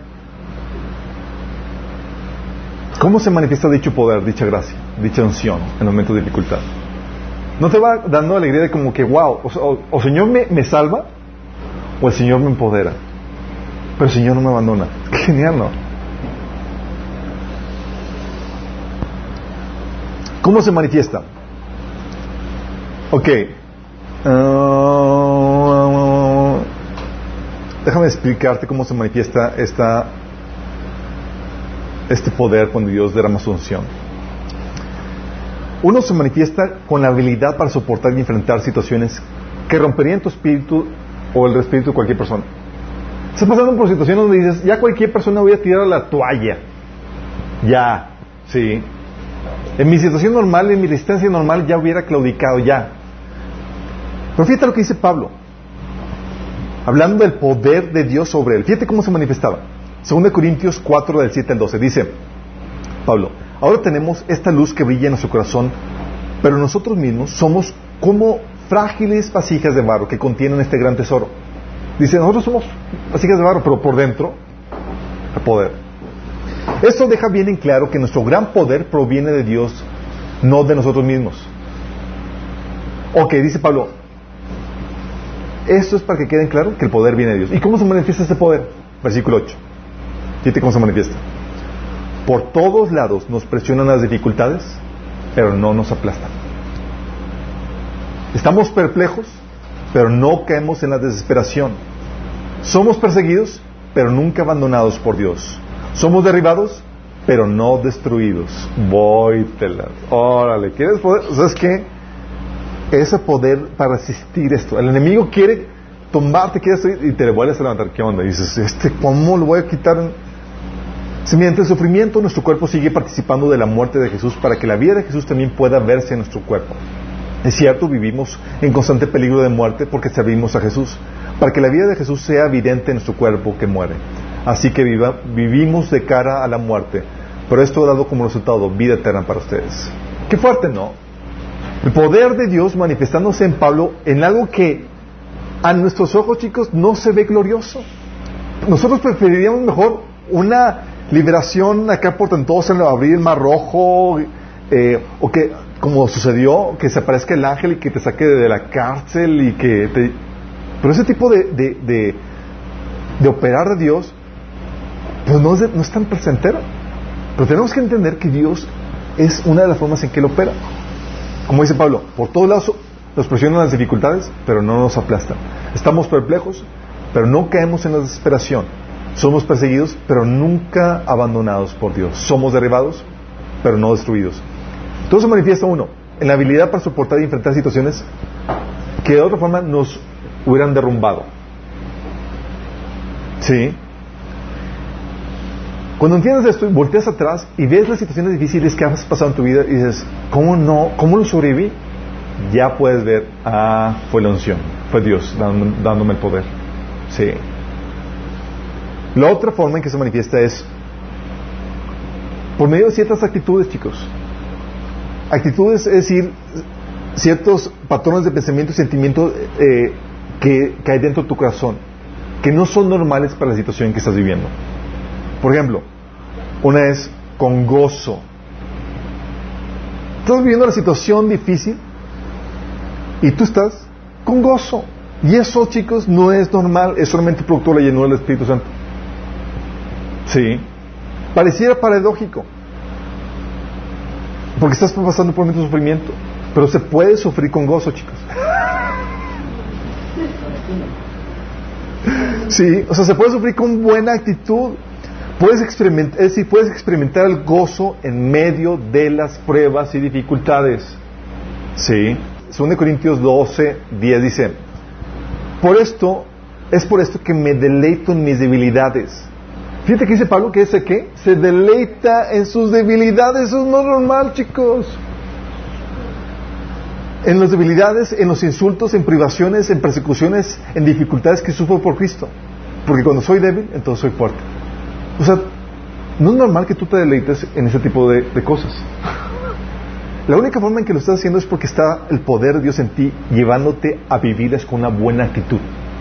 cómo se manifiesta dicho poder, dicha gracia, dicha unción en el momento de dificultad. No te va dando alegría de como que, wow, o Señor me salva, o el Señor me empodera, pero el Señor no me abandona. Qué genial, ¿no? ¿Cómo se manifiesta? Ok. Déjame explicarte cómo se manifiesta este poder cuando Dios derrama su unción. Uno se manifiesta con la habilidad para soportar y enfrentar situaciones que romperían tu espíritu o el espíritu de cualquier persona. Estás pasando por situaciones donde dices, ya cualquier persona voy a tirar la toalla. Ya, sí. En mi situación normal, en mi resistencia normal, ya hubiera claudicado, ya. Pero fíjate lo que dice Pablo, hablando del poder de Dios sobre él. Fíjate cómo se manifestaba. 2 Corintios 4, del 7 al 12. Dice Pablo, ahora tenemos esta luz que brilla en nuestro corazón, pero nosotros mismos somos como frágiles vasijas de barro que contienen este gran tesoro. Dice, nosotros somos vasijas de barro, pero por dentro, el poder. Esto deja bien en claro que nuestro gran poder proviene de Dios, no de nosotros mismos. Ok, dice Pablo, esto es para que quede claro que el poder viene de Dios. ¿Y cómo se manifiesta este poder? Versículo 8. Fíjate cómo se manifiesta. Por todos lados nos presionan las dificultades, pero no nos aplastan. Estamos perplejos, pero no caemos en la desesperación. Somos perseguidos, pero nunca abandonados por Dios. Somos derribados, pero no destruidos. Vóytelas. Órale, ¿quieres poder? ¿Sabes qué? Ese poder para resistir esto. El enemigo quiere tomarte, quiere destruir, y te le vuelves a levantar. ¿Qué onda? Y dices, ¿cómo lo voy a quitar? Si mediante el sufrimiento nuestro cuerpo sigue participando de la muerte de Jesús, para que la vida de Jesús también pueda verse en nuestro cuerpo. Es cierto, vivimos en constante peligro de muerte porque servimos a Jesús, para que la vida de Jesús sea evidente en nuestro cuerpo que muere. Así que vivimos de cara a la muerte, pero esto ha dado como resultado vida eterna para ustedes. Qué fuerte, ¿no? El poder de Dios manifestándose en Pablo en algo que a nuestros ojos, chicos, no se ve glorioso. Nosotros preferiríamos mejor una liberación acá portentosa, en abrir el mar rojo, o que, como sucedió, que se aparezca el ángel y que te saque de la cárcel y que te... Pero ese tipo de operar de Dios, pues no es tan placentero. Pero tenemos que entender que Dios es una de las formas en que Él opera. Como dice Pablo, por todos lados nos presionan las dificultades, pero no nos aplastan. Estamos perplejos, pero no caemos en la desesperación. Somos perseguidos, pero nunca abandonados por Dios. Somos derribados, pero no destruidos. Todo se manifiesta uno en la habilidad para soportar y enfrentar situaciones que de otra forma nos hubieran derrumbado. ¿Sí? Cuando entiendes esto y volteas atrás y ves las situaciones difíciles que has pasado en tu vida y dices, ¿cómo lo sobreviví? Ya puedes ver, fue la unción, fue Dios dándome el poder. Sí. La otra forma en que se manifiesta es por medio de ciertas actitudes, chicos. Actitudes, es decir, ciertos patrones de pensamiento y sentimiento que hay dentro de tu corazón, que no son normales para la situación que estás viviendo. Por ejemplo, una es con gozo. Estás viviendo la situación difícil y tú estás con gozo. Y eso, chicos, no es normal, es solamente producto de la llenura del Espíritu Santo. Sí. Pareciera paradójico, porque estás pasando por mucho sufrimiento, pero se puede sufrir con gozo, chicos. Sí, o sea, se puede sufrir con buena actitud. Puedes experimentar el gozo en medio de las pruebas y dificultades. Sí. 2 Corintios 12, 10 dice: por esto que me deleito en mis debilidades. Fíjate que dice Pablo que ese ¿qué? Se deleita en sus debilidades. Eso no es normal, chicos. En las debilidades, en los insultos, en privaciones, en persecuciones, en dificultades que sufro por Cristo. Porque cuando soy débil, entonces soy fuerte. O sea, no es normal que tú te deleites en ese tipo de cosas. La única forma en que lo estás haciendo es porque está el poder de Dios en ti, llevándote a vivirlas con una buena actitud.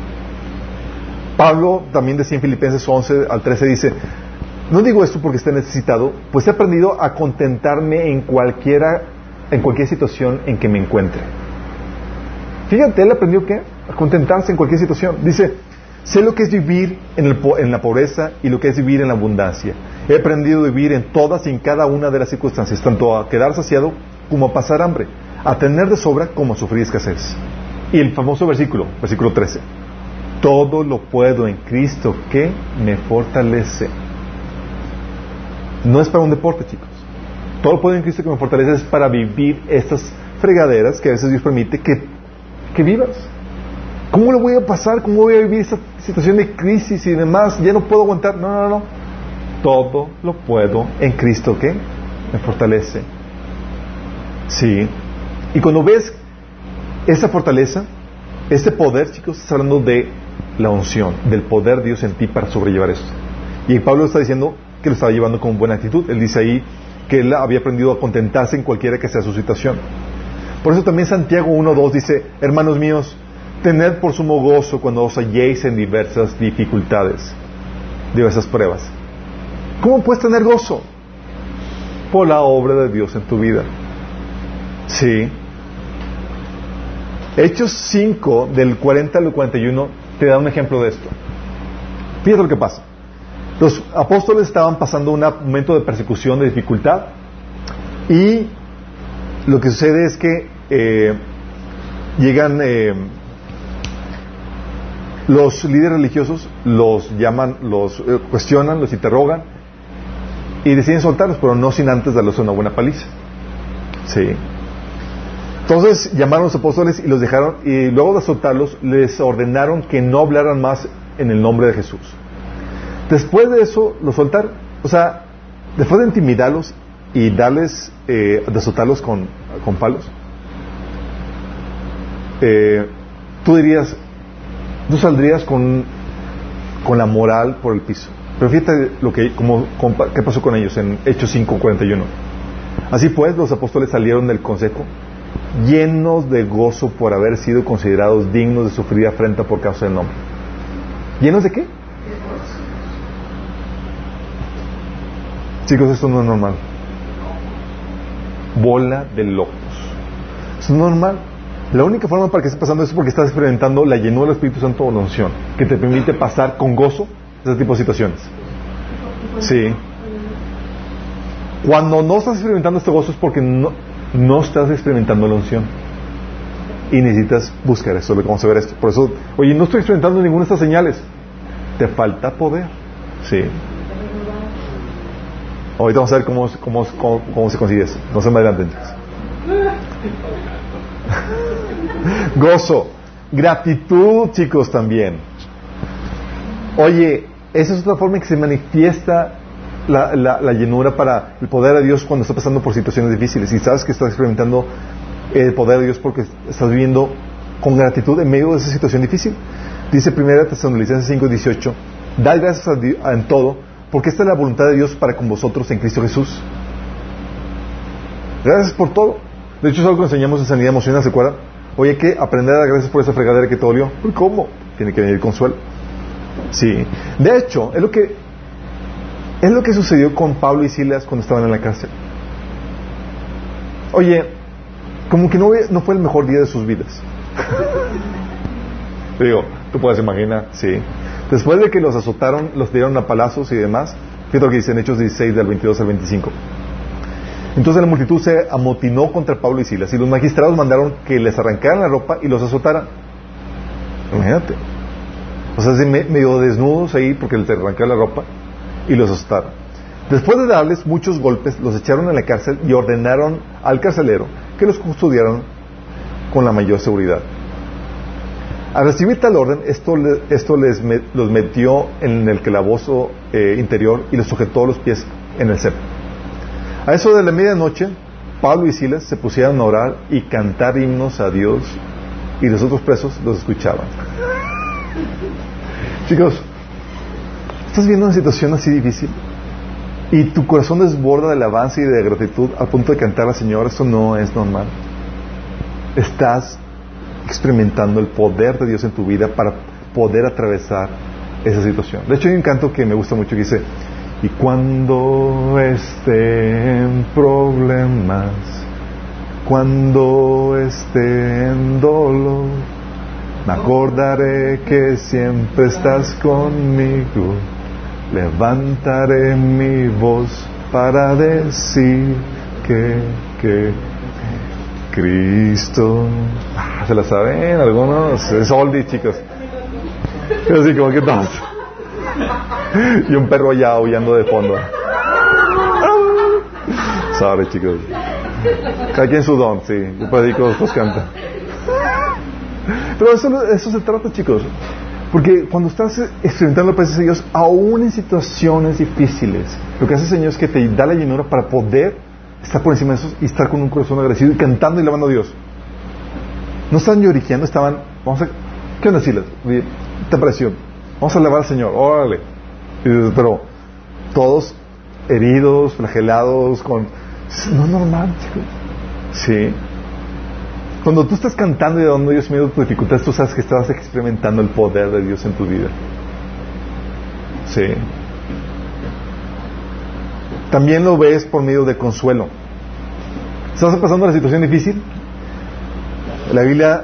Pablo también decía en Filipenses 11 al 13, dice: no digo esto porque esté necesitado, pues he aprendido a contentarme en cualquier situación en que me encuentre. Fíjate, él aprendió ¿qué? A contentarse en cualquier situación. Dice: sé lo que es vivir en la pobreza y lo que es vivir en la abundancia. He aprendido a vivir en todas y en cada una de las circunstancias, tanto a quedar saciado como a pasar hambre, a tener de sobra como a sufrir escasez. Y el famoso versículo 13: todo lo puedo en Cristo que me fortalece. No es para un deporte, chicos. todo lo puedo en Cristo que me fortalece, es para vivir estas fregaderas que a veces Dios permite que vivas. ¿Cómo lo voy a pasar? ¿Cómo voy a vivir esta situación de crisis y demás? Ya no puedo aguantar. No. Todo lo puedo en Cristo que me fortalece. Sí. Y cuando ves esa fortaleza, este poder, chicos, estás hablando de la unción, del poder de Dios en ti para sobrellevar esto. Y Pablo está diciendo que lo estaba llevando con buena actitud. Él dice ahí que él había aprendido a contentarse en cualquiera que sea su situación. Por eso también Santiago 1:2 dice: hermanos míos, tened por sumo gozo cuando os halléis en diversas dificultades, diversas pruebas. ¿Cómo puedes tener gozo? Por la obra de Dios en tu vida. Sí. Hechos 5, del 40 al 41, te da un ejemplo de esto. Fíjate lo que pasa. Los apóstoles estaban pasando un momento de persecución, de dificultad, y lo que sucede es que llegan los líderes religiosos, los llaman, los cuestionan, los interrogan y deciden soltarlos, pero no sin antes darles una buena paliza. Sí. Entonces llamaron a los apóstoles y los dejaron, y luego de soltarlos les ordenaron que no hablaran más en el nombre de Jesús. Después de eso los soltaron. O sea, después de intimidarlos y darles, de azotarlos con palos, tú saldrías con la moral por el piso. Pero fíjate qué pasó con ellos en Hechos 5:41. Así pues, los apóstoles salieron del consejo llenos de gozo por haber sido considerados dignos de sufrir afrenta por causa del nombre. ¿Llenos de qué? Chicos, esto no es normal. Bola de locos. Esto no es normal. La única forma para que esté pasando eso es porque estás experimentando la llenura del Espíritu Santo o la unción, que te permite pasar con gozo ese tipo de situaciones. Sí. Cuando no estás experimentando este gozo es porque no estás experimentando la unción. Y necesitas buscar esto, vamos a ver esto. Por eso, oye, no estoy experimentando ninguna de estas señales. Te falta poder. Sí. Ahorita vamos a ver cómo se consigue eso. No se me adelanten, chicos. Gozo, gratitud, chicos, también. Oye, esa es otra forma en que se manifiesta la llenura para el poder de Dios cuando estás pasando por situaciones difíciles. Y sabes que estás experimentando el poder de Dios porque estás viviendo con gratitud en medio de esa situación difícil. Dice 1 Tesalonicenses 5:18: dad gracias a Dios en todo, porque esta es la voluntad de Dios para con vosotros en Cristo Jesús. Gracias por todo. De hecho es algo que enseñamos en sanidad emocional, ¿se acuerdan? Oye, hay que aprender a dar gracias por esa fregadera que te dolió. ¿Cómo? Tiene que venir consuelo. Sí. De hecho, es lo que sucedió con Pablo y Silas cuando estaban en la cárcel. Oye, como que no fue el mejor día de sus vidas. Digo, tú puedes imaginar, sí. Después de que los azotaron, los dieron a palazos y demás, fíjate lo que dice en Hechos 16, del 22 al 25. Entonces la multitud se amotinó contra Pablo y Silas, y los magistrados mandaron que les arrancaran la ropa y los azotaran. Imagínate. O sea, medio desnudos ahí porque les arrancaron la ropa y los azotaron. Después de darles muchos golpes, los echaron en la cárcel y ordenaron al carcelero que los custodiaran con la mayor seguridad. Al recibir tal orden, esto los metió en el calabozo interior y los sujetó los pies en el cepo. A eso de la medianoche, Pablo y Silas se pusieron a orar y cantar himnos a Dios, y los otros presos los escuchaban. Chicos, estás viendo una situación así difícil y tu corazón desborda de alabanza y de gratitud al punto de cantar al Señor. Eso no es normal. Estás experimentando el poder de Dios en tu vida para poder atravesar esa situación. De hecho hay un canto que me gusta mucho que dice: y cuando esté en problemas, cuando esté en dolor, me acordaré que siempre estás conmigo, levantaré mi voz para decir que Cristo. ¿Se la saben algunos? Es oldie, chicos. Así como que todos. Y un perro allá aullando de fondo. Sorry, chicos. Cada quien su don, sí. Yo predico, otros cantan. Pero eso se trata, chicos. Porque cuando estás experimentando la presencia de Dios, aún en situaciones difíciles, lo que hace el Señor es que te da la llenura para poder estar por encima de eso y estar con un corazón agradecido y cantando y alabando a Dios. No estaban lloriqueando, estaban, ¿qué onda, Silas? ¿Te pareció? Vamos a alabar al Señor, órale. Pero todos heridos, flagelados, no es normal, chicos. Sí. Cuando tú estás cantando y dando a Dios miedo a tus dificultades, tú sabes que estás experimentando el poder de Dios en tu vida. Sí. También lo ves por medio de consuelo. ¿Estás pasando una situación difícil? La Biblia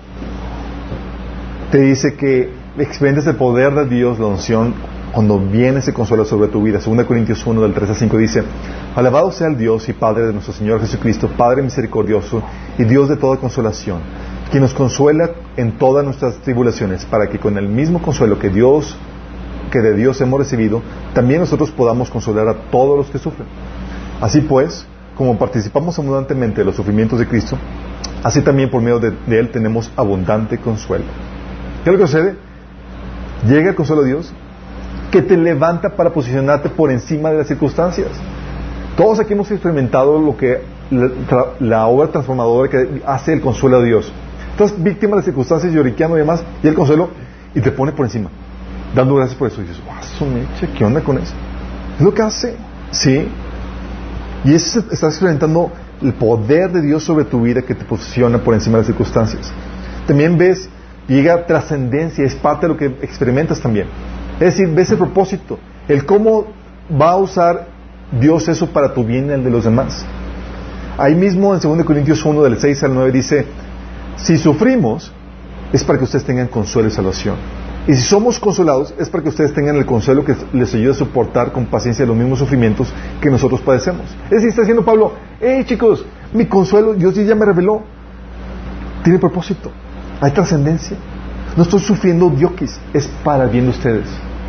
te dice que experimentas el poder de Dios, la unción, cuando viene ese consuelo sobre tu vida. 2 Corintios 1, del 3 al 5 dice: alabado sea el Dios y Padre de nuestro Señor Jesucristo, Padre misericordioso y Dios de toda consolación, quien nos consuela en todas nuestras tribulaciones, para que con el mismo consuelo que de Dios hemos recibido, también nosotros podamos consolar a todos los que sufren. Así pues, como participamos abundantemente de los sufrimientos de Cristo, así también por medio de Él tenemos abundante consuelo. ¿Qué es lo que sucede? Llega el consuelo de Dios, que te levanta para posicionarte por encima de las circunstancias. Todos aquí hemos experimentado lo que la obra transformadora que hace el consuelo de Dios. Estás víctima de las circunstancias, lloriqueando y demás, y el consuelo, y te pone por encima, dando gracias por eso. Y dices, ¡wow, su mecha! ¿Qué onda con eso? Es lo que hace, ¿sí? Y estás experimentando el poder de Dios sobre tu vida, que te posiciona por encima de las circunstancias. También ves, llega trascendencia, es parte de lo que experimentas también. Es decir, ves el propósito, el cómo va a usar Dios eso para tu bien y el de los demás. Ahí mismo en 2 Corintios 1, del 6 al 9 dice: si sufrimos, es para que ustedes tengan consuelo y salvación. Y si somos consolados, es para que ustedes tengan el consuelo que les ayude a soportar con paciencia los mismos sufrimientos que nosotros padecemos. Es decir, está diciendo Pablo: chicos, mi consuelo, Dios ya me reveló. Tiene propósito, hay trascendencia. No estoy sufriendo dioquis, es para el bien de ustedes.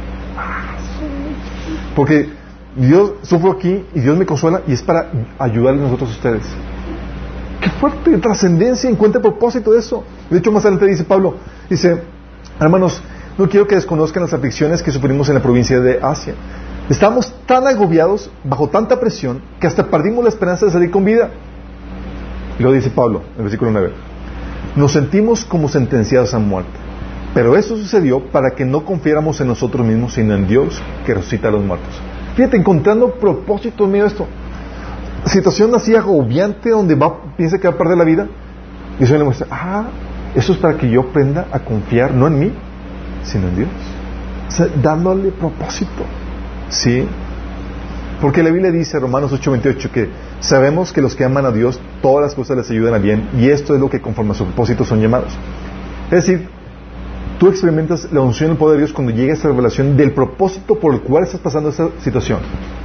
Porque Dios, sufro aquí y Dios me consuela y es para ayudarles nosotros a ustedes. ¡Qué fuerte! Trascendencia, encuentra propósito de eso. De hecho, más adelante dice Pablo, dice: hermanos, no quiero que desconozcan las aflicciones que sufrimos en la provincia de Asia. Estamos tan agobiados, bajo tanta presión, que hasta perdimos la esperanza de salir con vida. Y luego dice Pablo, en el versículo 9: nos sentimos como sentenciados a muerte. Pero eso sucedió para que no confiáramos en nosotros mismos, sino en Dios, que resucita a los muertos. Fíjate, encontrando propósito en medio de esto. Situación así agobiante, donde piensa que va a perder la vida, y eso le muestra: eso es para que yo aprenda a confiar no en mí, sino en Dios. O sea, dándole propósito. ¿Sí? Porque la Biblia dice, Romanos 8:28, que sabemos que los que aman a Dios, todas las cosas les ayudan a bien, y esto es lo que conforme a su propósito son llamados. Es decir, tú experimentas la unción y el poder de Dios cuando llega esta revelación del propósito por el cual estás pasando esta situación.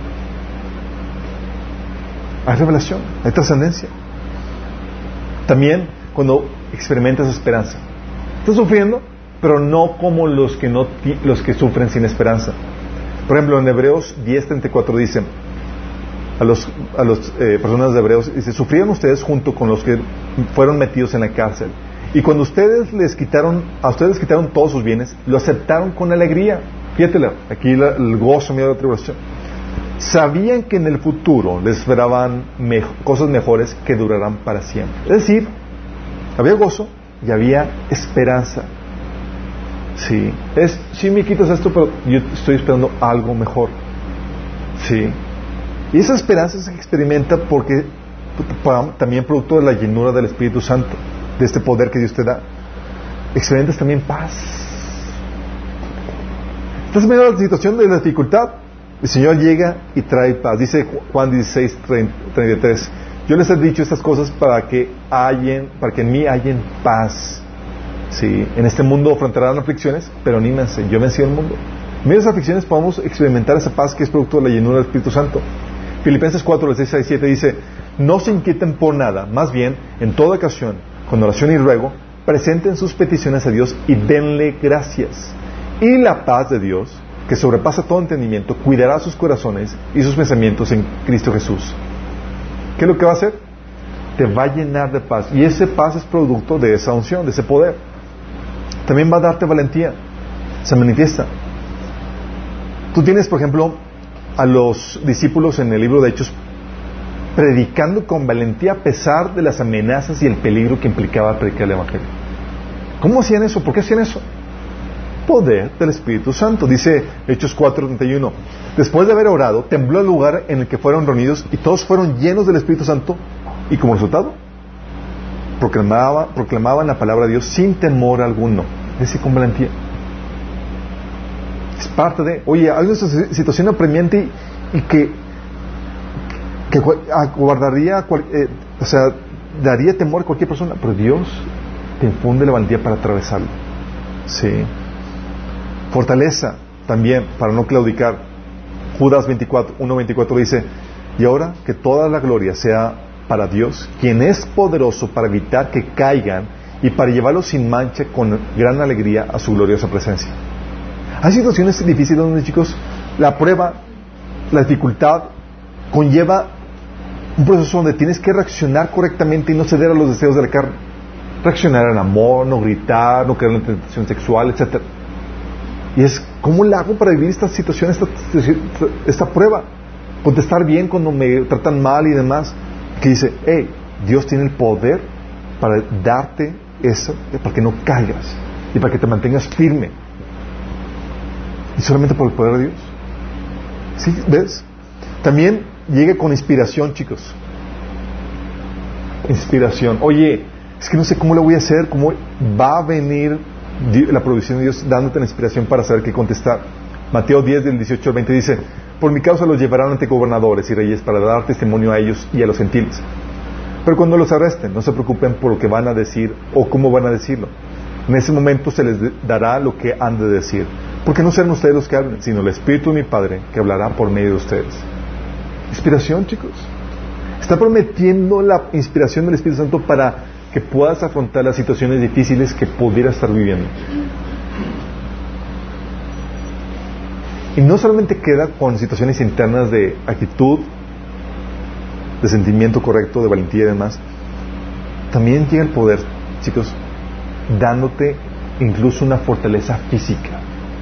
Hay revelación, hay trascendencia. También cuando experimentas esperanza. Estás sufriendo, pero no como los que sufren sin esperanza. Por ejemplo, en Hebreos 10:34 dice a los personas de Hebreos, dice: sufrieron ustedes junto con los que fueron metidos en la cárcel. Y cuando a ustedes les quitaron todos sus bienes, lo aceptaron con alegría. Fíjate, aquí el gozo en medio de la tribulación. Sabían que en el futuro les esperaban cosas mejores que durarán para siempre. Es decir, había gozo y había esperanza. Sí, me quitas esto, pero yo estoy esperando algo mejor. Sí. Y esa esperanza se experimenta porque también producto de la llenura del Espíritu Santo, de este poder que Dios te da. Experimentas también paz. Estás en medio de la situación de la dificultad, el Señor llega y trae paz. Dice Juan 16:33: yo les he dicho estas cosas para que en mí hallen paz. Sí, en este mundo enfrentarán aflicciones, pero anímense, yo vencí el mundo. En medio de esas aflicciones podemos experimentar esa paz que es producto de la llenura del Espíritu Santo. Filipenses 4:6-7 dice: no se inquieten por nada, más bien, en toda ocasión, con oración y ruego, presenten sus peticiones a Dios y denle gracias. Y la paz de Dios, que sobrepasa todo entendimiento, cuidará sus corazones y sus pensamientos en Cristo Jesús. ¿qué es lo que va a hacer? Te va a llenar de paz. Y ese paz es producto de esa unción, de ese poder. También va a darte valentía. Se manifiesta. Tú tienes, por ejemplo, a los discípulos en el libro de Hechos predicando con valentía a pesar de las amenazas y el peligro que implicaba predicar el Evangelio. ¿Cómo hacían eso? ¿Por qué hacían eso? Poder del Espíritu Santo. Dice Hechos 4:31. Después de haber orado, tembló el lugar en el que fueron reunidos y todos fueron llenos del Espíritu Santo y como resultado proclamaban la palabra de Dios sin temor alguno. Es decir, con valentía. Es parte de... Oye, hay una situación apremiante y que guardaría, o sea, daría temor a cualquier persona, pero Dios te infunde la valentía para atravesarlo. Sí. Fortaleza también para no claudicar. Judas 1:24 dice: y ahora que toda la gloria sea para Dios, quien es poderoso para evitar que caigan y para llevarlos sin mancha con gran alegría a su gloriosa presencia. Hay situaciones difíciles donde, chicos, la prueba, la dificultad conlleva un proceso donde tienes que reaccionar correctamente y no ceder a los deseos de la carne. Reaccionar en amor, no gritar, no caer en la tentación sexual, etc. Y es, ¿cómo le hago para vivir esta situación, esta prueba? Contestar bien cuando me tratan mal y demás. Que dice, hey, Dios tiene el poder para darte eso, para que no caigas y para que te mantengas firme. Y solamente por el poder de Dios. ¿Sí? ¿Ves? También llega con inspiración, chicos. Inspiración. Oye, es que no sé cómo lo voy a hacer, cómo va a venir la provisión de Dios dándote la inspiración para saber qué contestar. Mateo 10, del 18 al 20 dice: por mi causa los llevarán ante gobernadores y reyes para dar testimonio a ellos y a los gentiles. Pero cuando los arresten, no se preocupen por lo que van a decir o cómo van a decirlo. En ese momento se les dará lo que han de decir. Porque no serán ustedes los que hablen, sino el Espíritu de mi Padre que hablará por medio de ustedes. Inspiración, chicos. Está prometiendo la inspiración del Espíritu Santo para que puedas afrontar las situaciones difíciles que pudieras estar viviendo. Y no solamente queda con situaciones internas de actitud, de sentimiento correcto, de valentía y demás. También llega el poder, chicos, dándote incluso una fortaleza física.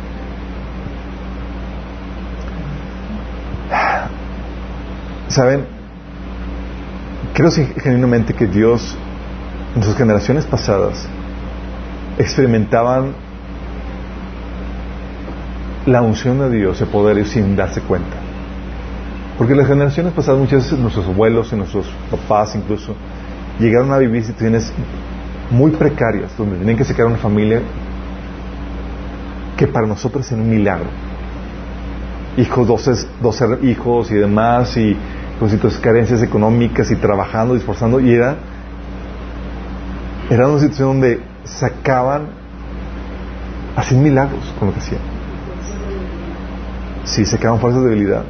¿Saben? Creo genuinamente que Dios, en sus generaciones pasadas, experimentaban la unción de Dios, el poder de Dios, sin darse cuenta. Porque las generaciones pasadas, muchas veces nuestros abuelos y nuestros papás incluso llegaron a vivir situaciones muy precarias, donde tenían que sacar una familia que para nosotros era un milagro. 12 hijos y demás, y con carencias económicas y trabajando y esforzando, y era una situación donde sacaban, hacían milagros con lo que hacían. Sí, sacaban fuerzas de debilidad.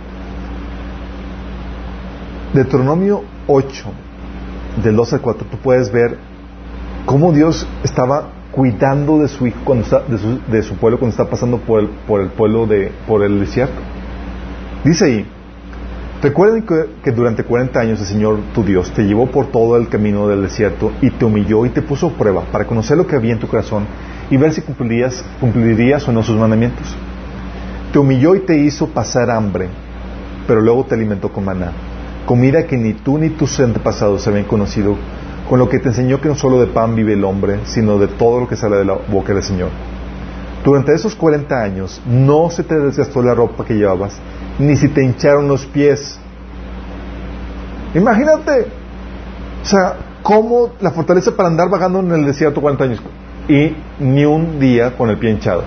Deuteronomio 8, del 2 al 4, tú puedes ver cómo Dios estaba cuidando de su hijo de su pueblo cuando está pasando por el desierto. Dice ahí: recuerden que durante 40 años el Señor tu Dios te llevó por todo el camino del desierto y te humilló y te puso a prueba para conocer lo que había en tu corazón y ver si cumplirías o no sus mandamientos. Te humilló y te hizo pasar hambre, pero luego te alimentó con maná, comida que ni tú ni tus antepasados habían conocido, con lo que te enseñó que no solo de pan vive el hombre, sino de todo lo que sale de la boca del Señor. Durante esos 40 años no se te desgastó la ropa que llevabas, ni se te hincharon los pies. Imagínate, o sea, cómo la fortaleza para andar vagando en el desierto 40 años y ni un día con el pie hinchado.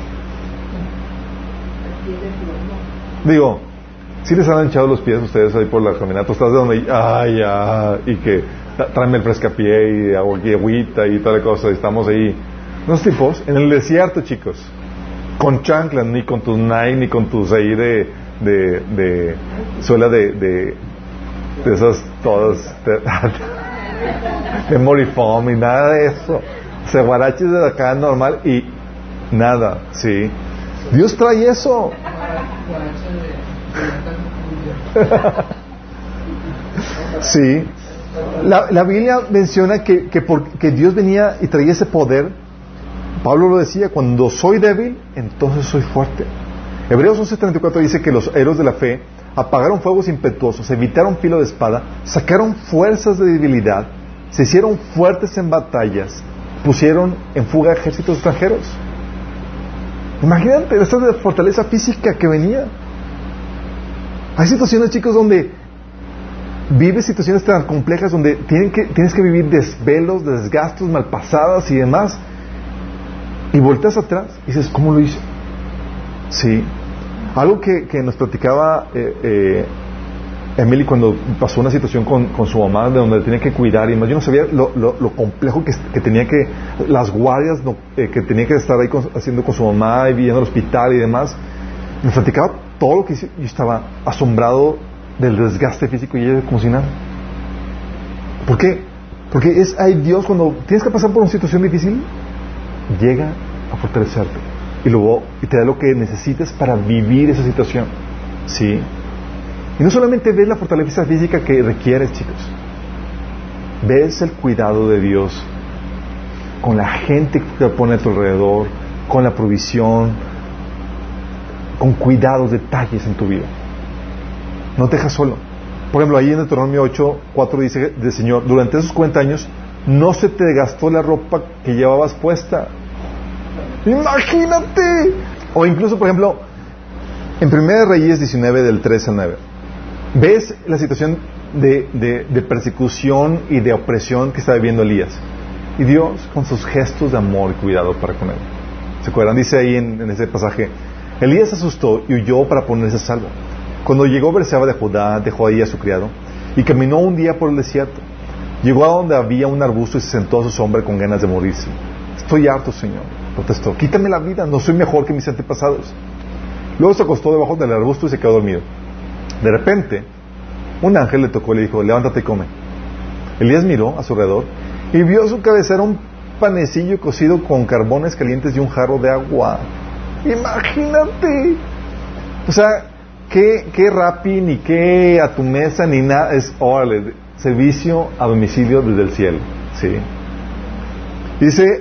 Digo, ¿sí les han hinchado los pies a ustedes ahí por la caminata? ¿Estás de donde? ¡Ay, ya! Y que tráeme el frescapié y agüita y toda la cosa, y estamos ahí. Unos tipos en el desierto, chicos, con chanclas, ni con tus Nike, ni con tus ahí de suela de esas todas de Morifoam y nada de eso. O sea, guaraches de acá normal y nada, sí. Dios trae eso. Sí. La Biblia menciona que Dios venía y traía ese poder. Pablo lo decía, cuando soy débil, entonces soy fuerte. Hebreos 11:34 dice que los héroes de la fe apagaron fuegos impetuosos, evitaron filo de espada, sacaron fuerzas de debilidad, se hicieron fuertes en batallas, pusieron en fuga ejércitos extranjeros. Imagínate esta fortaleza física que venía. Hay situaciones, chicos, donde vives situaciones tan complejas donde tienes que vivir desvelos, desgastos, malpasadas y demás, y volteas atrás y dices, ¿cómo lo hice? Sí. Algo que nos platicaba Emily cuando pasó una situación con su mamá de donde tenía que cuidar, y más yo no sabía lo complejo que tenía que, las guardias que tenía que estar ahí haciendo con su mamá y viendo al hospital y demás. Me platicaba todo lo que hice. Yo estaba asombrado del desgaste físico y ella como si nada. ¿Por qué? Porque hay Dios, cuando tienes que pasar por una situación difícil, llega a fortalecerte y te da lo que necesites para vivir esa situación. ¿Sí? Y no solamente ves la fortaleza física que requieres, chicos, ves el cuidado de Dios con la gente que pone a tu alrededor, con la provisión, con cuidados, detalles en tu vida. No te dejas solo. Por ejemplo, ahí en Deuteronomio 8:4 dice del Señor, durante esos 40 años no se te gastó la ropa que llevabas puesta. ¡Imagínate! O incluso, por ejemplo, en 1 Reyes 19, del 3 al 9, ves la situación de persecución y de opresión que está viviendo Elías. Y Dios, con sus gestos de amor y cuidado para con él. ¿Se acuerdan? Dice ahí en ese pasaje, Elías se asustó y huyó para ponerse a salvo. Cuando llegó Berseba de Judá, dejó ahí a su criado y caminó un día por el desierto. Llegó a donde había un arbusto y se sentó a su sombra con ganas de morirse. Estoy harto, Señor, protestó. Quítame la vida, no soy mejor que mis antepasados. Luego se acostó debajo del arbusto y se quedó dormido. De repente, un ángel le tocó y le dijo, levántate y come. Elías miró a su alrededor y vio a su cabecera un panecillo cocido con carbones calientes y un jarro de agua. Imagínate. O sea, qué Rappi, ni qué a tu mesa, ni nada. Es, órale, servicio a domicilio desde el cielo. ¿Sí? Dice,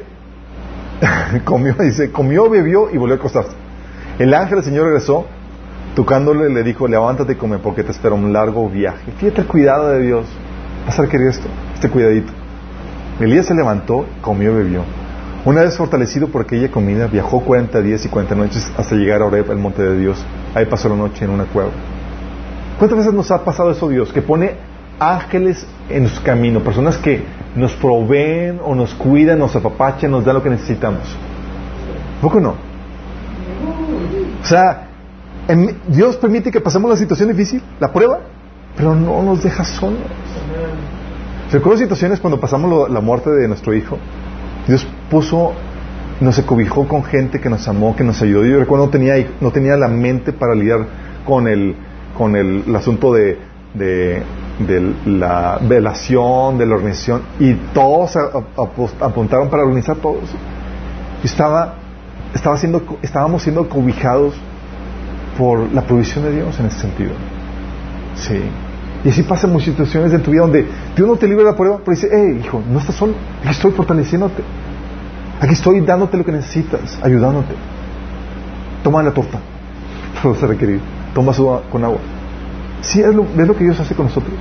comió, bebió y volvió a acostarse. El ángel del Señor regresó, tocándole, le dijo, levántate y come porque te espera un largo viaje. Fíjate el cuidado de Dios. Vas a requerir este cuidadito. Elías se levantó, comió y bebió. Una vez fortalecido por aquella comida, viajó 40 días y 40 noches hasta llegar a Horeb, el monte de Dios. Ahí pasó la noche en una cueva. ¿Cuántas veces nos ha pasado eso, Dios? Que pone ángeles en su camino, personas que nos proveen o nos cuidan, nos apapachan, nos dan lo que necesitamos. ¿Por qué no? O sea, Dios permite que pasemos la situación difícil, la prueba, pero no nos deja solos. Recuerdo situaciones cuando pasamos la muerte de nuestro hijo. Dios nos cobijó con gente que nos amó, que nos ayudó. Yo recuerdo no tenía la mente para lidiar con el asunto de la velación, de la organización, y todos apuntaron para organizar todo eso. Estábamos siendo cobijados por la provisión de Dios en ese sentido. Sí. Y así pasan muchas situaciones en tu vida donde Dios no te libra de la prueba, pero dice, hijo, no estás solo, aquí estoy fortaleciéndote, aquí estoy dándote lo que necesitas, ayudándote. Toma la torta, lo vas a requerir, toma su con agua. Sí, ¿ves lo que Dios hace con nosotros?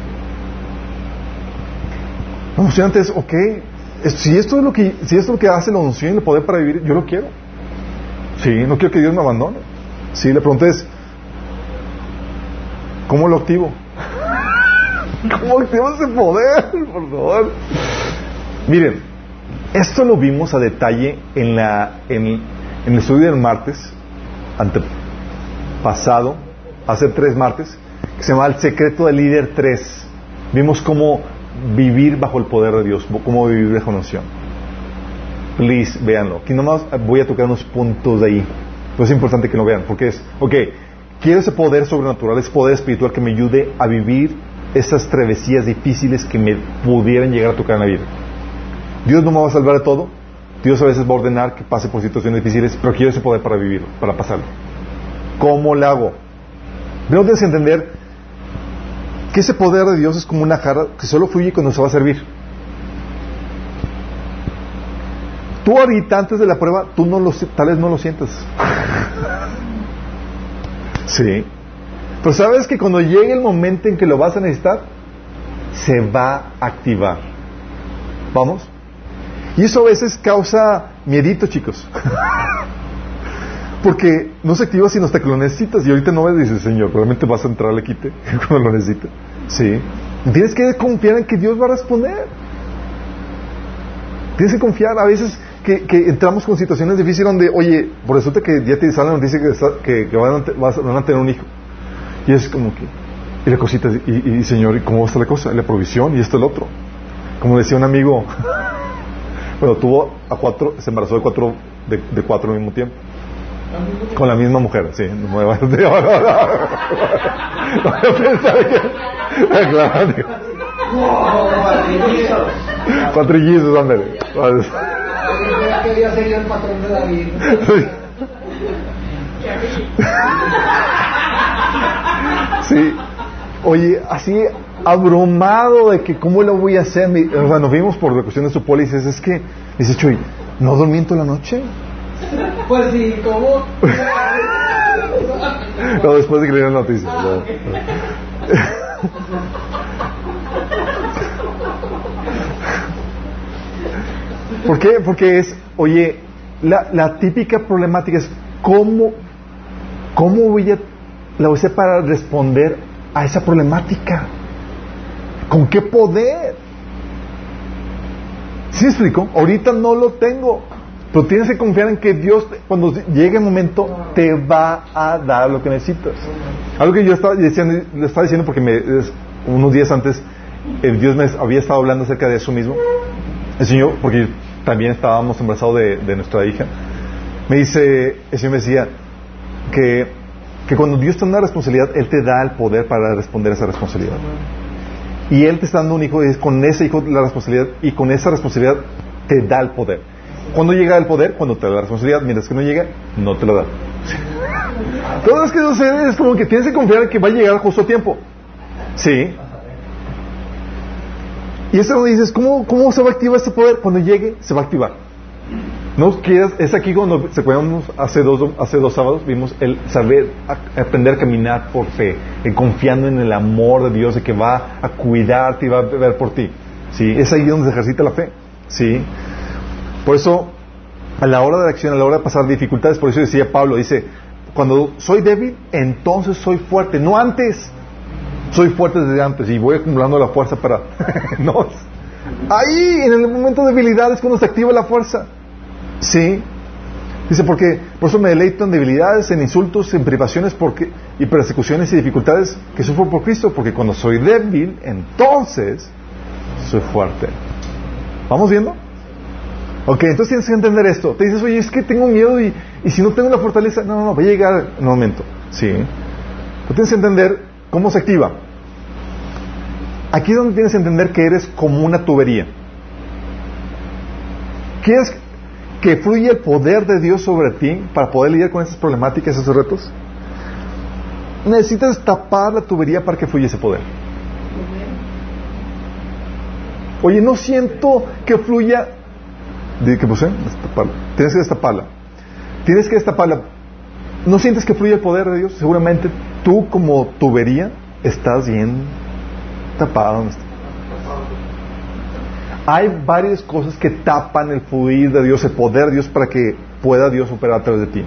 Lo emocionante es, si esto es lo que hace la unción y el poder para vivir, yo lo quiero. Sí, no quiero que Dios me abandone. Sí, la pregunta es, ¿cómo lo activo? ¿Cómo activo ese poder? Por favor. Miren, esto lo vimos a detalle en el estudio del martes antepasado, hace 3 martes, que se llama El Secreto del Líder 3. Vimos cómo vivir bajo el poder de Dios, cómo vivir bajo la unción. Please, véanlo. Aquí nomás voy a tocar unos puntos de ahí. Pero es importante que lo vean, porque quiero ese poder sobrenatural, ese poder espiritual que me ayude a vivir esas travesías difíciles que me pudieran llegar a tocar en la vida. Dios no me va a salvar de todo. Dios a veces va a ordenar que pase por situaciones difíciles, pero quiero ese poder para vivirlo, para pasarlo. ¿Cómo lo hago? Primero tienes que entender que ese poder de Dios es como una jarra que solo fluye cuando se va a servir. Tú ahorita, antes de la prueba, tal vez no lo sientas. Sí. Pero sabes que cuando llegue el momento en que lo vas a necesitar, se va a activar. ¿Vamos? Y eso a veces causa miedito, chicos. Porque no se activa sino hasta que lo necesitas. Y ahorita no me dices, Señor, realmente vas a entrar al quite cuando lo necesites. Sí. Y tienes que confiar en que Dios va a responder. Tienes que confiar. A veces que entramos con situaciones difíciles donde, oye, por resulta que ya te sale la noticia que van a tener un hijo. Y es como que, y la cosita, y Señor, ¿y cómo va a estar la cosa? La provisión y esto y el otro. Como decía un amigo, bueno, tuvo a 4, se embarazó de 4 al mismo tiempo. Con la misma mujer, sí. No me vayas a decir, no voy a pensar que... Claro, 4 trillizos, ándale. Que yo sería el patrón de David. Sí. Oye, así abrumado de que cómo lo voy a hacer. O sea, nos vimos por la cuestión de su póliza. Es que, dice Chuy, ¿no dormí en toda la noche? Pues sí, ¿cómo? No, después de que leí las noticias. No. ¿Por qué? Porque es, oye, la típica problemática es ¿cómo voy a hacer para responder a esa problemática? ¿Con qué poder? ¿Sí me explico? Ahorita no lo tengo, pero tienes que confiar en que Dios, cuando llegue el momento, te va a dar lo que necesitas. Algo que yo le estaba diciendo porque unos días antes Dios me había estado hablando acerca de eso mismo. El Señor, porque también estábamos embarazados de nuestra hija, el Señor me decía que cuando Dios te da una responsabilidad, Él te da el poder para responder a esa responsabilidad. Y Él te está dando un hijo, y es con ese hijo la responsabilidad, y con esa responsabilidad te da el poder. ¿Cuándo llega el poder? Cuando te da la responsabilidad. Mientras que no llega, no te lo da. Todo lo que sucede es como que tienes que confiar en que va a llegar justo a tiempo. Sí. Y eso dices, ¿cómo se va a activar este poder? Cuando llegue, se va a activar. No quieras, es aquí cuando se acuerdan hace dos sábados vimos el saber aprender a caminar por fe, confiando en el amor de Dios, de que va a cuidarte y va a ver por ti. ¿Sí? Es ahí donde se ejercita la fe. ¿Sí? Por eso, a la hora de la acción, a la hora de pasar dificultades, por eso decía Pablo, dice, cuando soy débil, entonces soy fuerte, no antes. Soy fuerte desde antes y voy acumulando la fuerza para... No, ahí, en el momento de debilidad es cuando se activa la fuerza. Sí. Dice, por eso me deleito en debilidades, en insultos, en privaciones y persecuciones y dificultades que sufro por Cristo, porque cuando soy débil, entonces soy fuerte. ¿Vamos viendo? Ok, entonces tienes que entender esto. Te dices, oye, es que tengo miedo y si no tengo la fortaleza, no, va a llegar en un momento. Sí. Pero tienes que entender cómo se activa. Aquí es donde tienes que entender que eres como una tubería. ¿Quieres que fluya el poder de Dios sobre ti para poder lidiar con esas problemáticas, esos retos? Necesitas tapar la tubería para que fluya ese poder. Oye, no siento que fluya. ¿Qué puse? Destaparla. Tienes que destaparla. ¿No sientes que fluye el poder de Dios? Seguramente tú como tubería estás bien tapado. Hay varias cosas que tapan el fluir de Dios, el poder de Dios, para que pueda Dios operar a través de ti.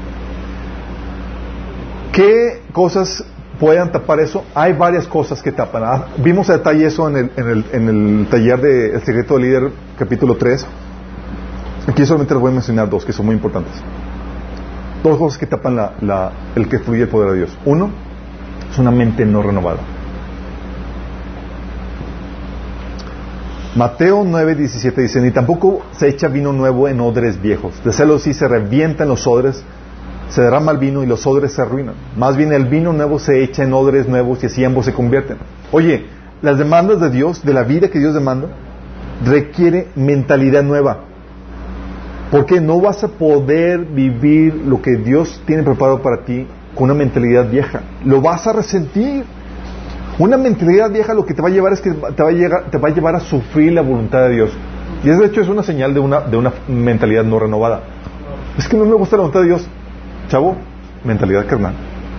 ¿Qué cosas puedan tapar eso? Hay varias cosas que tapan. Vimos a detalle eso en el taller de El secreto del líder, capítulo 3. Aquí solamente les voy a mencionar dos que son muy importantes. Dos cosas que tapan el que fluye el poder de Dios. Uno, es una mente no renovada. Mateo 9:17 dice, ni tampoco se echa vino nuevo en odres viejos. De hacerlo así se revientan los odres, se derrama el vino y los odres se arruinan. Más bien el vino nuevo se echa en odres nuevos y así ambos se convierten. Oye, las demandas de Dios, de la vida que Dios demanda, requiere mentalidad nueva. Porque no vas a poder vivir lo que Dios tiene preparado para ti con una mentalidad vieja. Lo vas a resentir. Una mentalidad vieja lo que te va a llevar es que te va a llevar a sufrir la voluntad de Dios. Y de hecho es una señal de una mentalidad no renovada. Es que no me gusta la voluntad de Dios. Chavo, mentalidad carnal.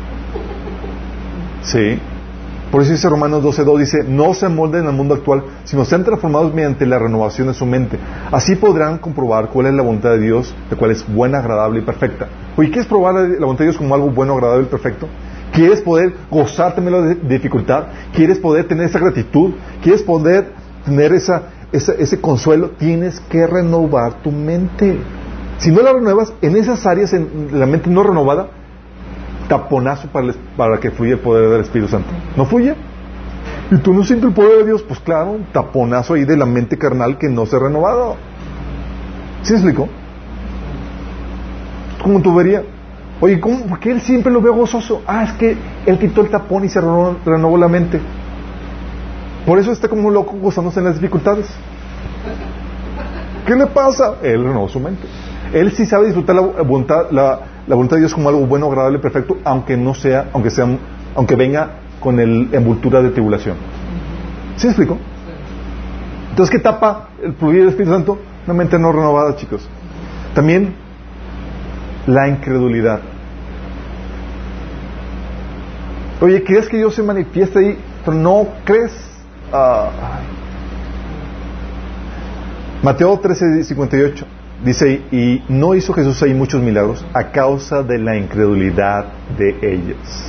Sí. Por eso dice Romanos 12:2, dice, no se molden al mundo actual, sino sean transformados mediante la renovación de su mente. Así podrán comprobar cuál es la voluntad de Dios, la cual es buena, agradable y perfecta. Oye, ¿quieres probar la voluntad de Dios como algo bueno, agradable y perfecto? ¿Quieres poder gozarte de dificultad? ¿Quieres poder tener esa gratitud? ¿Quieres poder tener ese consuelo? Tienes que renovar tu mente. Si no la renuevas, en esas áreas, en la mente no renovada, taponazo para que fluya el poder del Espíritu Santo. ¿No fluye? ¿Y tú no sientes el poder de Dios? Pues claro, un taponazo ahí de la mente carnal que no se ha renovado. ¿Sí me explico? Como tubería. Oye, ¿por qué él siempre lo ve gozoso? Es que él quitó el tapón y se renovó la mente. Por eso está como loco gozándose en las dificultades. ¿Qué le pasa? Él renovó su mente. Él sí sabe disfrutar la voluntad de Dios como algo bueno, agradable, perfecto, aunque venga con envoltura de tribulación. ¿Sí me explico? Entonces, ¿qué tapa el fluir del Espíritu Santo? Una mente no renovada, chicos. También la incredulidad. Oye, ¿crees que Dios se manifiesta ahí? Pero no crees. Mateo 13:58 dice, y no hizo Jesús ahí muchos milagros a causa de la incredulidad de ellos.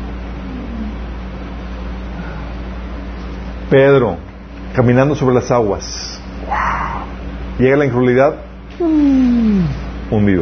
Pedro, caminando sobre las aguas, llega la incredulidad, hundido.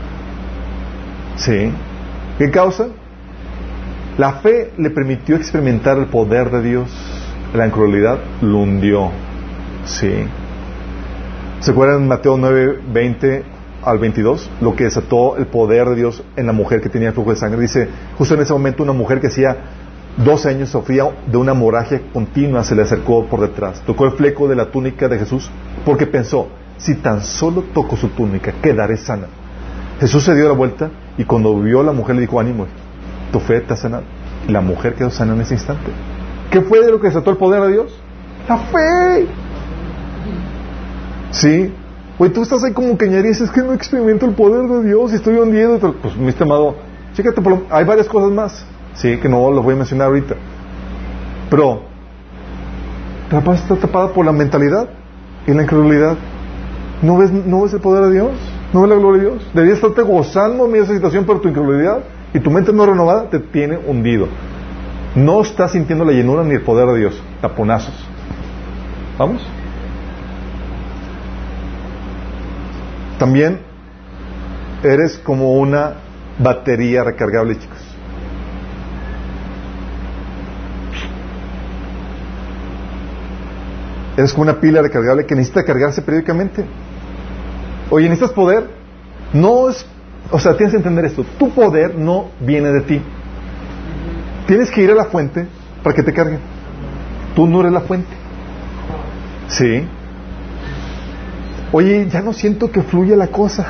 ¿Sí? ¿Qué causa? La fe le permitió experimentar el poder de Dios, la incredulidad lo hundió. ¿Sí? ¿Se acuerdan en Mateo 9:20 al 22? Lo que desató el poder de Dios en la mujer que tenía flujo de sangre. Dice, justo en ese momento una mujer que hacía 12 años sufría de una hemorragia continua, se le acercó por detrás, tocó el fleco de la túnica de Jesús, porque pensó, si tan solo toco su túnica, quedaré sana. Jesús se dio la vuelta y cuando vio a la mujer le dijo, ánimo, tu fe te ha sanado. Y la mujer quedó sana en ese instante. ¿Qué fue de lo que desató el poder de Dios? La fe. ¿Sí? Oye, tú estás ahí como cañería y dices, es que no experimento el poder de Dios y estoy hundiendo. Pues, mi estimado, chécate, hay varias cosas más, sí, que no las voy a mencionar ahorita. Pero la paz está tapada por la mentalidad y la incredulidad. ¿No ves el poder de Dios? ¿No ves la gloria de Dios? Deberías estarte gozando en esa situación, pero tu incredulidad y tu mente no renovada te tiene hundido. No estás sintiendo la llenura ni el poder de Dios. Taponazos. ¿Vamos? También eres como una batería recargable, chicos. Eres como una pila recargable que necesita cargarse periódicamente. Oye, necesitas poder. Tienes que entender esto. Tu poder no viene de ti. Tienes que ir a la fuente para que te carguen. Tú no eres la fuente. ¿Sí? Oye, ya no siento que fluya la cosa.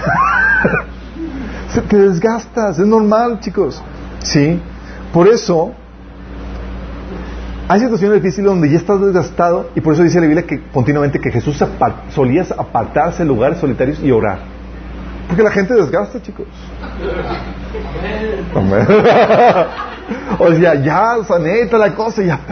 Te desgastas, es normal, chicos. ¿Sí? Por eso hay situaciones difíciles donde ya estás desgastado y por eso dice la Biblia que continuamente que Jesús solía apartarse en lugares solitarios y orar. Porque la gente desgasta, chicos. Amén. O sea, ya, neta la cosa, ya.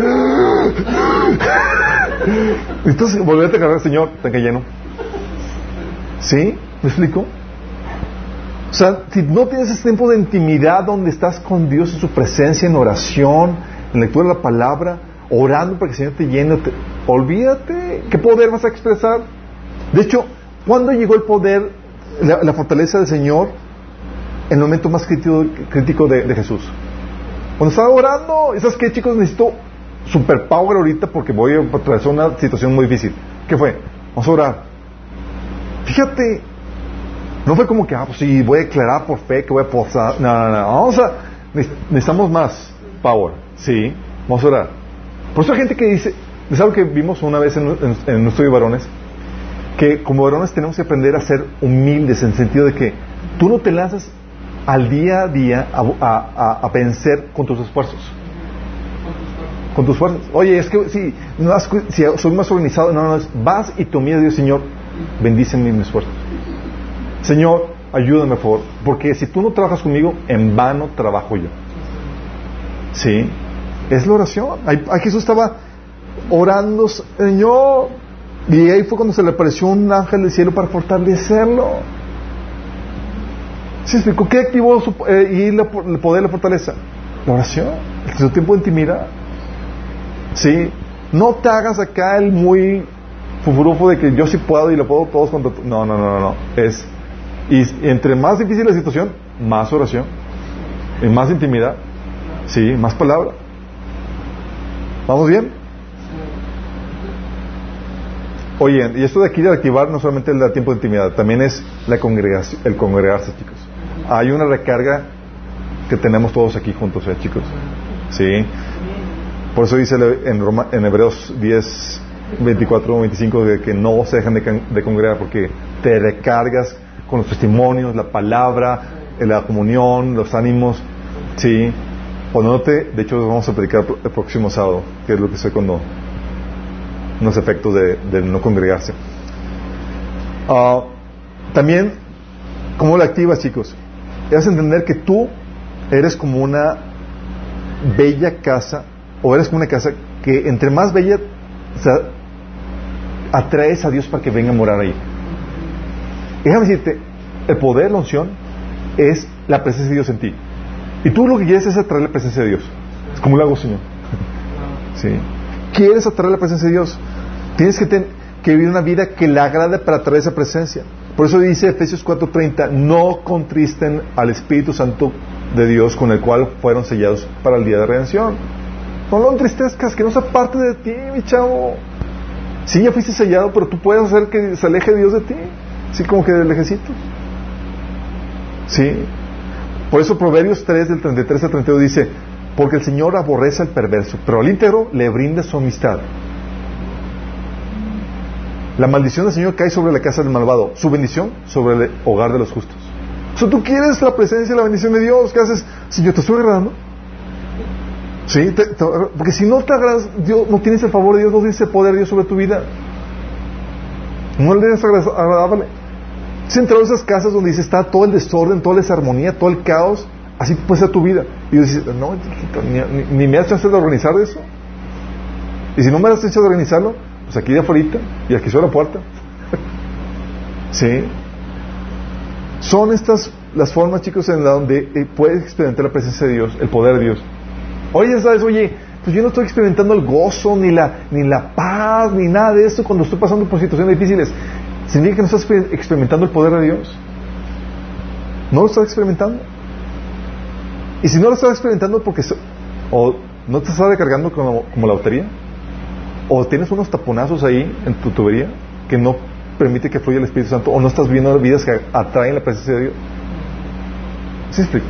Entonces, volverte a cargar, Señor, tanque lleno. ¿Sí? ¿Me explico? O sea, si no tienes ese tiempo de intimidad donde estás con Dios en su presencia, en oración, en lectura de la palabra, orando para que el Señor te llene, olvídate. ¿Qué poder vas a expresar? De hecho, ¿cuándo llegó el poder, la fortaleza del Señor en el momento más crítico de Jesús? Cuando estaba orando. ¿Y sabes qué, chicos? Necesito superpower ahorita porque voy a atravesar una situación muy difícil. ¿Qué fue? Vamos a orar. Fíjate, no fue como que, pues sí, voy a declarar por fe que voy a posar. No. Necesitamos más power. Sí, vamos a orar. Por eso hay gente que dice, ¿es algo que vimos una vez en un estudio de varones? Que como varones tenemos que aprender a ser humildes en el sentido de que tú no te lanzas al día a día a vencer con tus esfuerzos. con tus fuerzas. Oye, es que si soy más organizado, vas y te humillas a Dios, Señor, bendíceme mis esfuerzos. Señor, ayúdame, por favor, porque si tú no trabajas conmigo, en vano trabajo yo. Sí, es la oración. Ahí Jesús estaba orando, Señor, y ahí fue cuando se le apareció un ángel del cielo para fortalecerlo. ¿Sí explicó? ¿Qué activó el poder, la fortaleza? La oración, su tiempo de intimidad. Sí, no te hagas acá el muy fufurufo de que yo sí puedo y lo puedo todos contra tú. No. Y entre más difícil la situación, más oración, y más intimidad, sí, más palabra. ¿Vamos bien? Oye, y esto de aquí de activar no solamente el tiempo de intimidad, también es la congregación, el congregarse, chicos. Hay una recarga que tenemos todos aquí juntos, chicos. Sí. Por eso dice en Hebreos 10, 24, 25 de que no se dejan de congregar, porque te recargas con los testimonios, la palabra, la comunión, los ánimos. Sí. De hecho vamos a predicar el próximo sábado, que es lo que sé cuando unos efectos de no congregarse. También, ¿cómo lo activas, chicos? Es entender que tú eres como una bella casa, o eres como una casa que entre más bella, o sea, atraes a Dios para que venga a morar ahí. Déjame decirte, el poder, la unción, es la presencia de Dios en ti. Y tú lo que quieres es atraer la presencia de Dios. Es como lo hago, Señor. ¿Sí? ¿Quieres atraer la presencia de Dios? Tienes que vivir una vida que le agrade para atraer esa presencia. Por eso dice Efesios 4:30, no contristen al Espíritu Santo de Dios con el cual fueron sellados para el día de redención. No lo entristezcas, que no sea parte de ti, mi chavo. Sí, ya fuiste sellado, pero tú puedes hacer que se aleje Dios de ti. Sí, como que de lejecitos. Sí. Por eso Proverbios 3, del 33 al 32 dice, porque el Señor aborrece al perverso, pero al íntegro le brinda su amistad. La maldición del Señor cae sobre la casa del malvado, su bendición sobre el hogar de los justos. O sea, tú quieres la presencia y la bendición de Dios. ¿Qué haces? Señor, ¿te estoy agradando? Sí, porque si no te agradas, Dios, no tienes el favor de Dios, no tienes el poder de Dios sobre tu vida. No le eres agradable. Se entró a esas casas donde dice está todo el desorden, toda la desarmonía, todo el caos. Así puede ser tu vida. Y dices, no, ni me das chance de organizar eso. Y si no me das chance de organizarlo, pues aquí de afuera y aquí sobre la puerta. Sí. Son estas las formas, chicos, en donde puedes experimentar la presencia de Dios, el poder de Dios. Oye, ¿sabes? Oye, pues yo no estoy experimentando el gozo, ni la paz, ni nada de eso cuando estoy pasando por situaciones difíciles. ¿Significa que no estás experimentando el poder de Dios? ¿No lo estás experimentando? Y si no lo estás experimentando porque o no te estás recargando como la lotería, o tienes unos taponazos ahí en tu tubería que no permite que fluya el Espíritu Santo, o no estás viendo vidas que atraen la presencia de Dios. ¿Sí explico?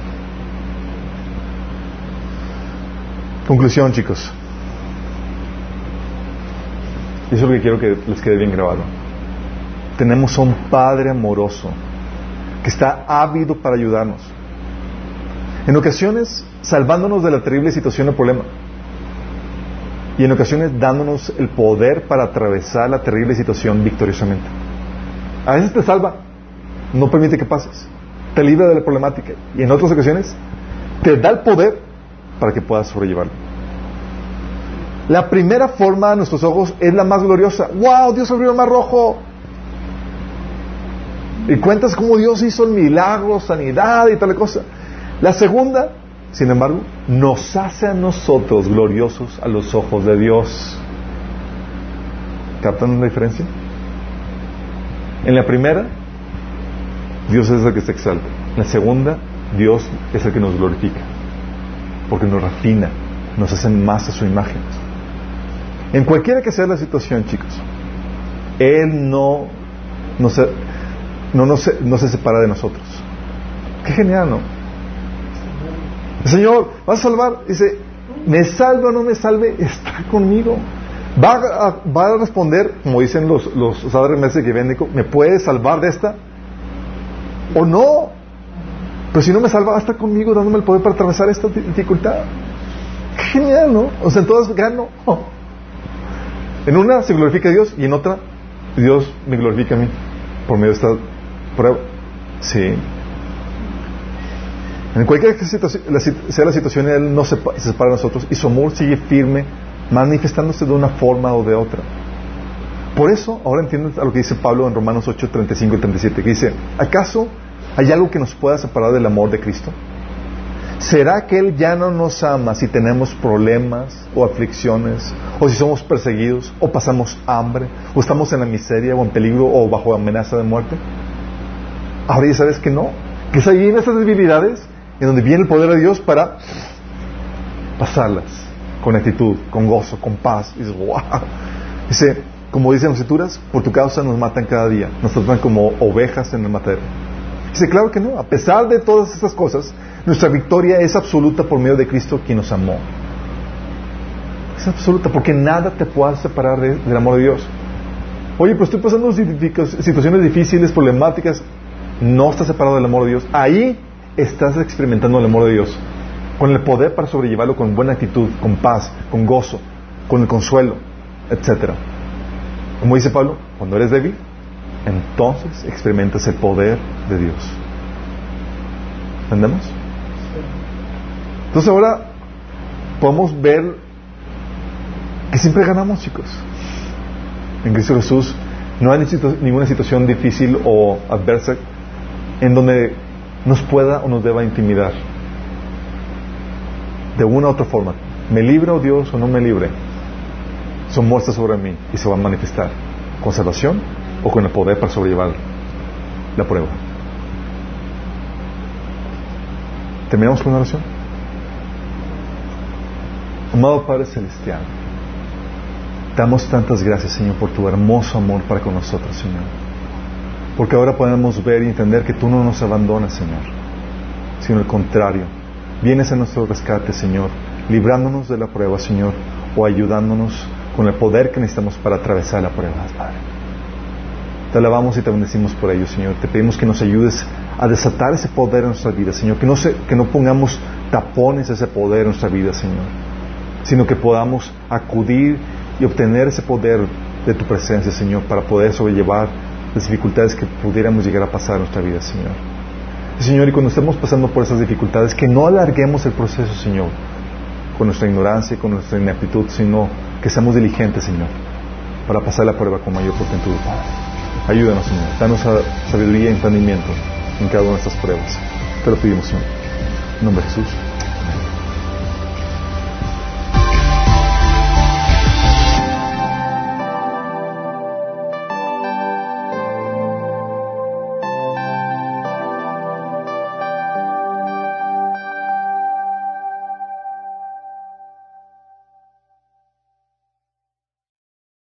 Conclusión, chicos. Y eso es lo que quiero que les quede bien grabado. Tenemos a un Padre amoroso que está ávido para ayudarnos. En ocasiones salvándonos de la terrible situación o problema. Y en ocasiones dándonos el poder para atravesar la terrible situación victoriosamente. A veces te salva, no permite que pases, te libra de la problemática. Y en otras ocasiones te da el poder para que puedas sobrellevarlo. La primera forma a nuestros ojos es la más gloriosa. ¡Wow! Dios abrió el mar rojo. Y cuentas cómo Dios hizo el milagro, sanidad y tal cosa. La segunda, sin embargo, nos hace a nosotros gloriosos a los ojos de Dios. ¿Captan la diferencia? En la primera, Dios es el que se exalta. En la segunda, Dios es el que nos glorifica, porque nos refina, nos hace más a su imagen. En cualquiera que sea la situación, chicos, Él no se separa de nosotros. Qué genial, ¿no? El Señor, ¿vas a salvar? Dice, me salve o no me salve, está conmigo. Va a responder, como dicen los meses que venden, ¿me puede salvar de esta? ¿O no? Pero si no me salva, va a estar conmigo dándome el poder para atravesar esta dificultad. Qué genial, ¿no? O sea, en todas gano. En una se glorifica a Dios y en otra Dios me glorifica a mí por medio de esta prueba. Sí. En cualquier sea la situación, Él no se separa de nosotros y su amor sigue firme, manifestándose de una forma o de otra. Por eso, ahora entiendes a lo que dice Pablo en Romanos 8, 35 y 37, que dice: ¿acaso hay algo que nos pueda separar del amor de Cristo? ¿Será que Él ya no nos ama si tenemos problemas o aflicciones, o si somos perseguidos, o pasamos hambre, o estamos en la miseria, o en peligro, o bajo amenaza de muerte? Ahora ya sabes que no, que es ahí en esas debilidades en donde viene el poder de Dios para pasarlas con actitud, con gozo, con paz. Y dices, wow. Dice, como dicen las Escrituras, por tu causa nos matan cada día, nos tratan como ovejas en el matadero. Dice, claro que no, a pesar de todas estas cosas, nuestra victoria es absoluta por medio de Cristo, quien nos amó. Es absoluta, porque nada te puede separar del amor de Dios. Oye, pero estoy pasando situaciones difíciles, problemáticas. No estás separado del amor de Dios. Ahí estás experimentando el amor de Dios, con el poder para sobrellevarlo con buena actitud, con paz, con gozo, con el consuelo, etcétera. Como dice Pablo, cuando eres débil, entonces experimentas el poder de Dios. ¿Entendemos? Entonces ahora podemos ver que siempre ganamos, chicos. En Cristo Jesús no hay ninguna situación difícil o adversa en donde nos pueda o nos deba intimidar. De una u otra forma, ¿me libra o Dios o no me libre? Son muestras sobre mí y se van a manifestar con salvación o con el poder para sobrellevar la prueba. ¿Terminamos con una oración? Amado Padre Celestial, damos tantas gracias, Señor, por tu hermoso amor para con nosotros, Señor. Porque ahora podemos ver y entender que tú no nos abandonas, Señor, sino al contrario, vienes a nuestro rescate, Señor, librándonos de la prueba, Señor, o ayudándonos con el poder que necesitamos para atravesar la prueba, Padre. Te alabamos y te bendecimos por ello, Señor. Te pedimos que nos ayudes a desatar ese poder en nuestra vida, Señor. Que no pongamos tapones a ese poder en nuestra vida, Señor, sino que podamos acudir y obtener ese poder de tu presencia, Señor, para poder sobrellevar las dificultades que pudiéramos llegar a pasar en nuestra vida, Señor. Señor, y cuando estemos pasando por esas dificultades, que no alarguemos el proceso, Señor, con nuestra ignorancia y con nuestra ineptitud, sino que seamos diligentes, Señor, para pasar la prueba con mayor potencia, Padre. Ayúdanos, Señor. Danos sabiduría y entendimiento en cada una de estas pruebas. Te lo pedimos, Señor. En nombre de Jesús.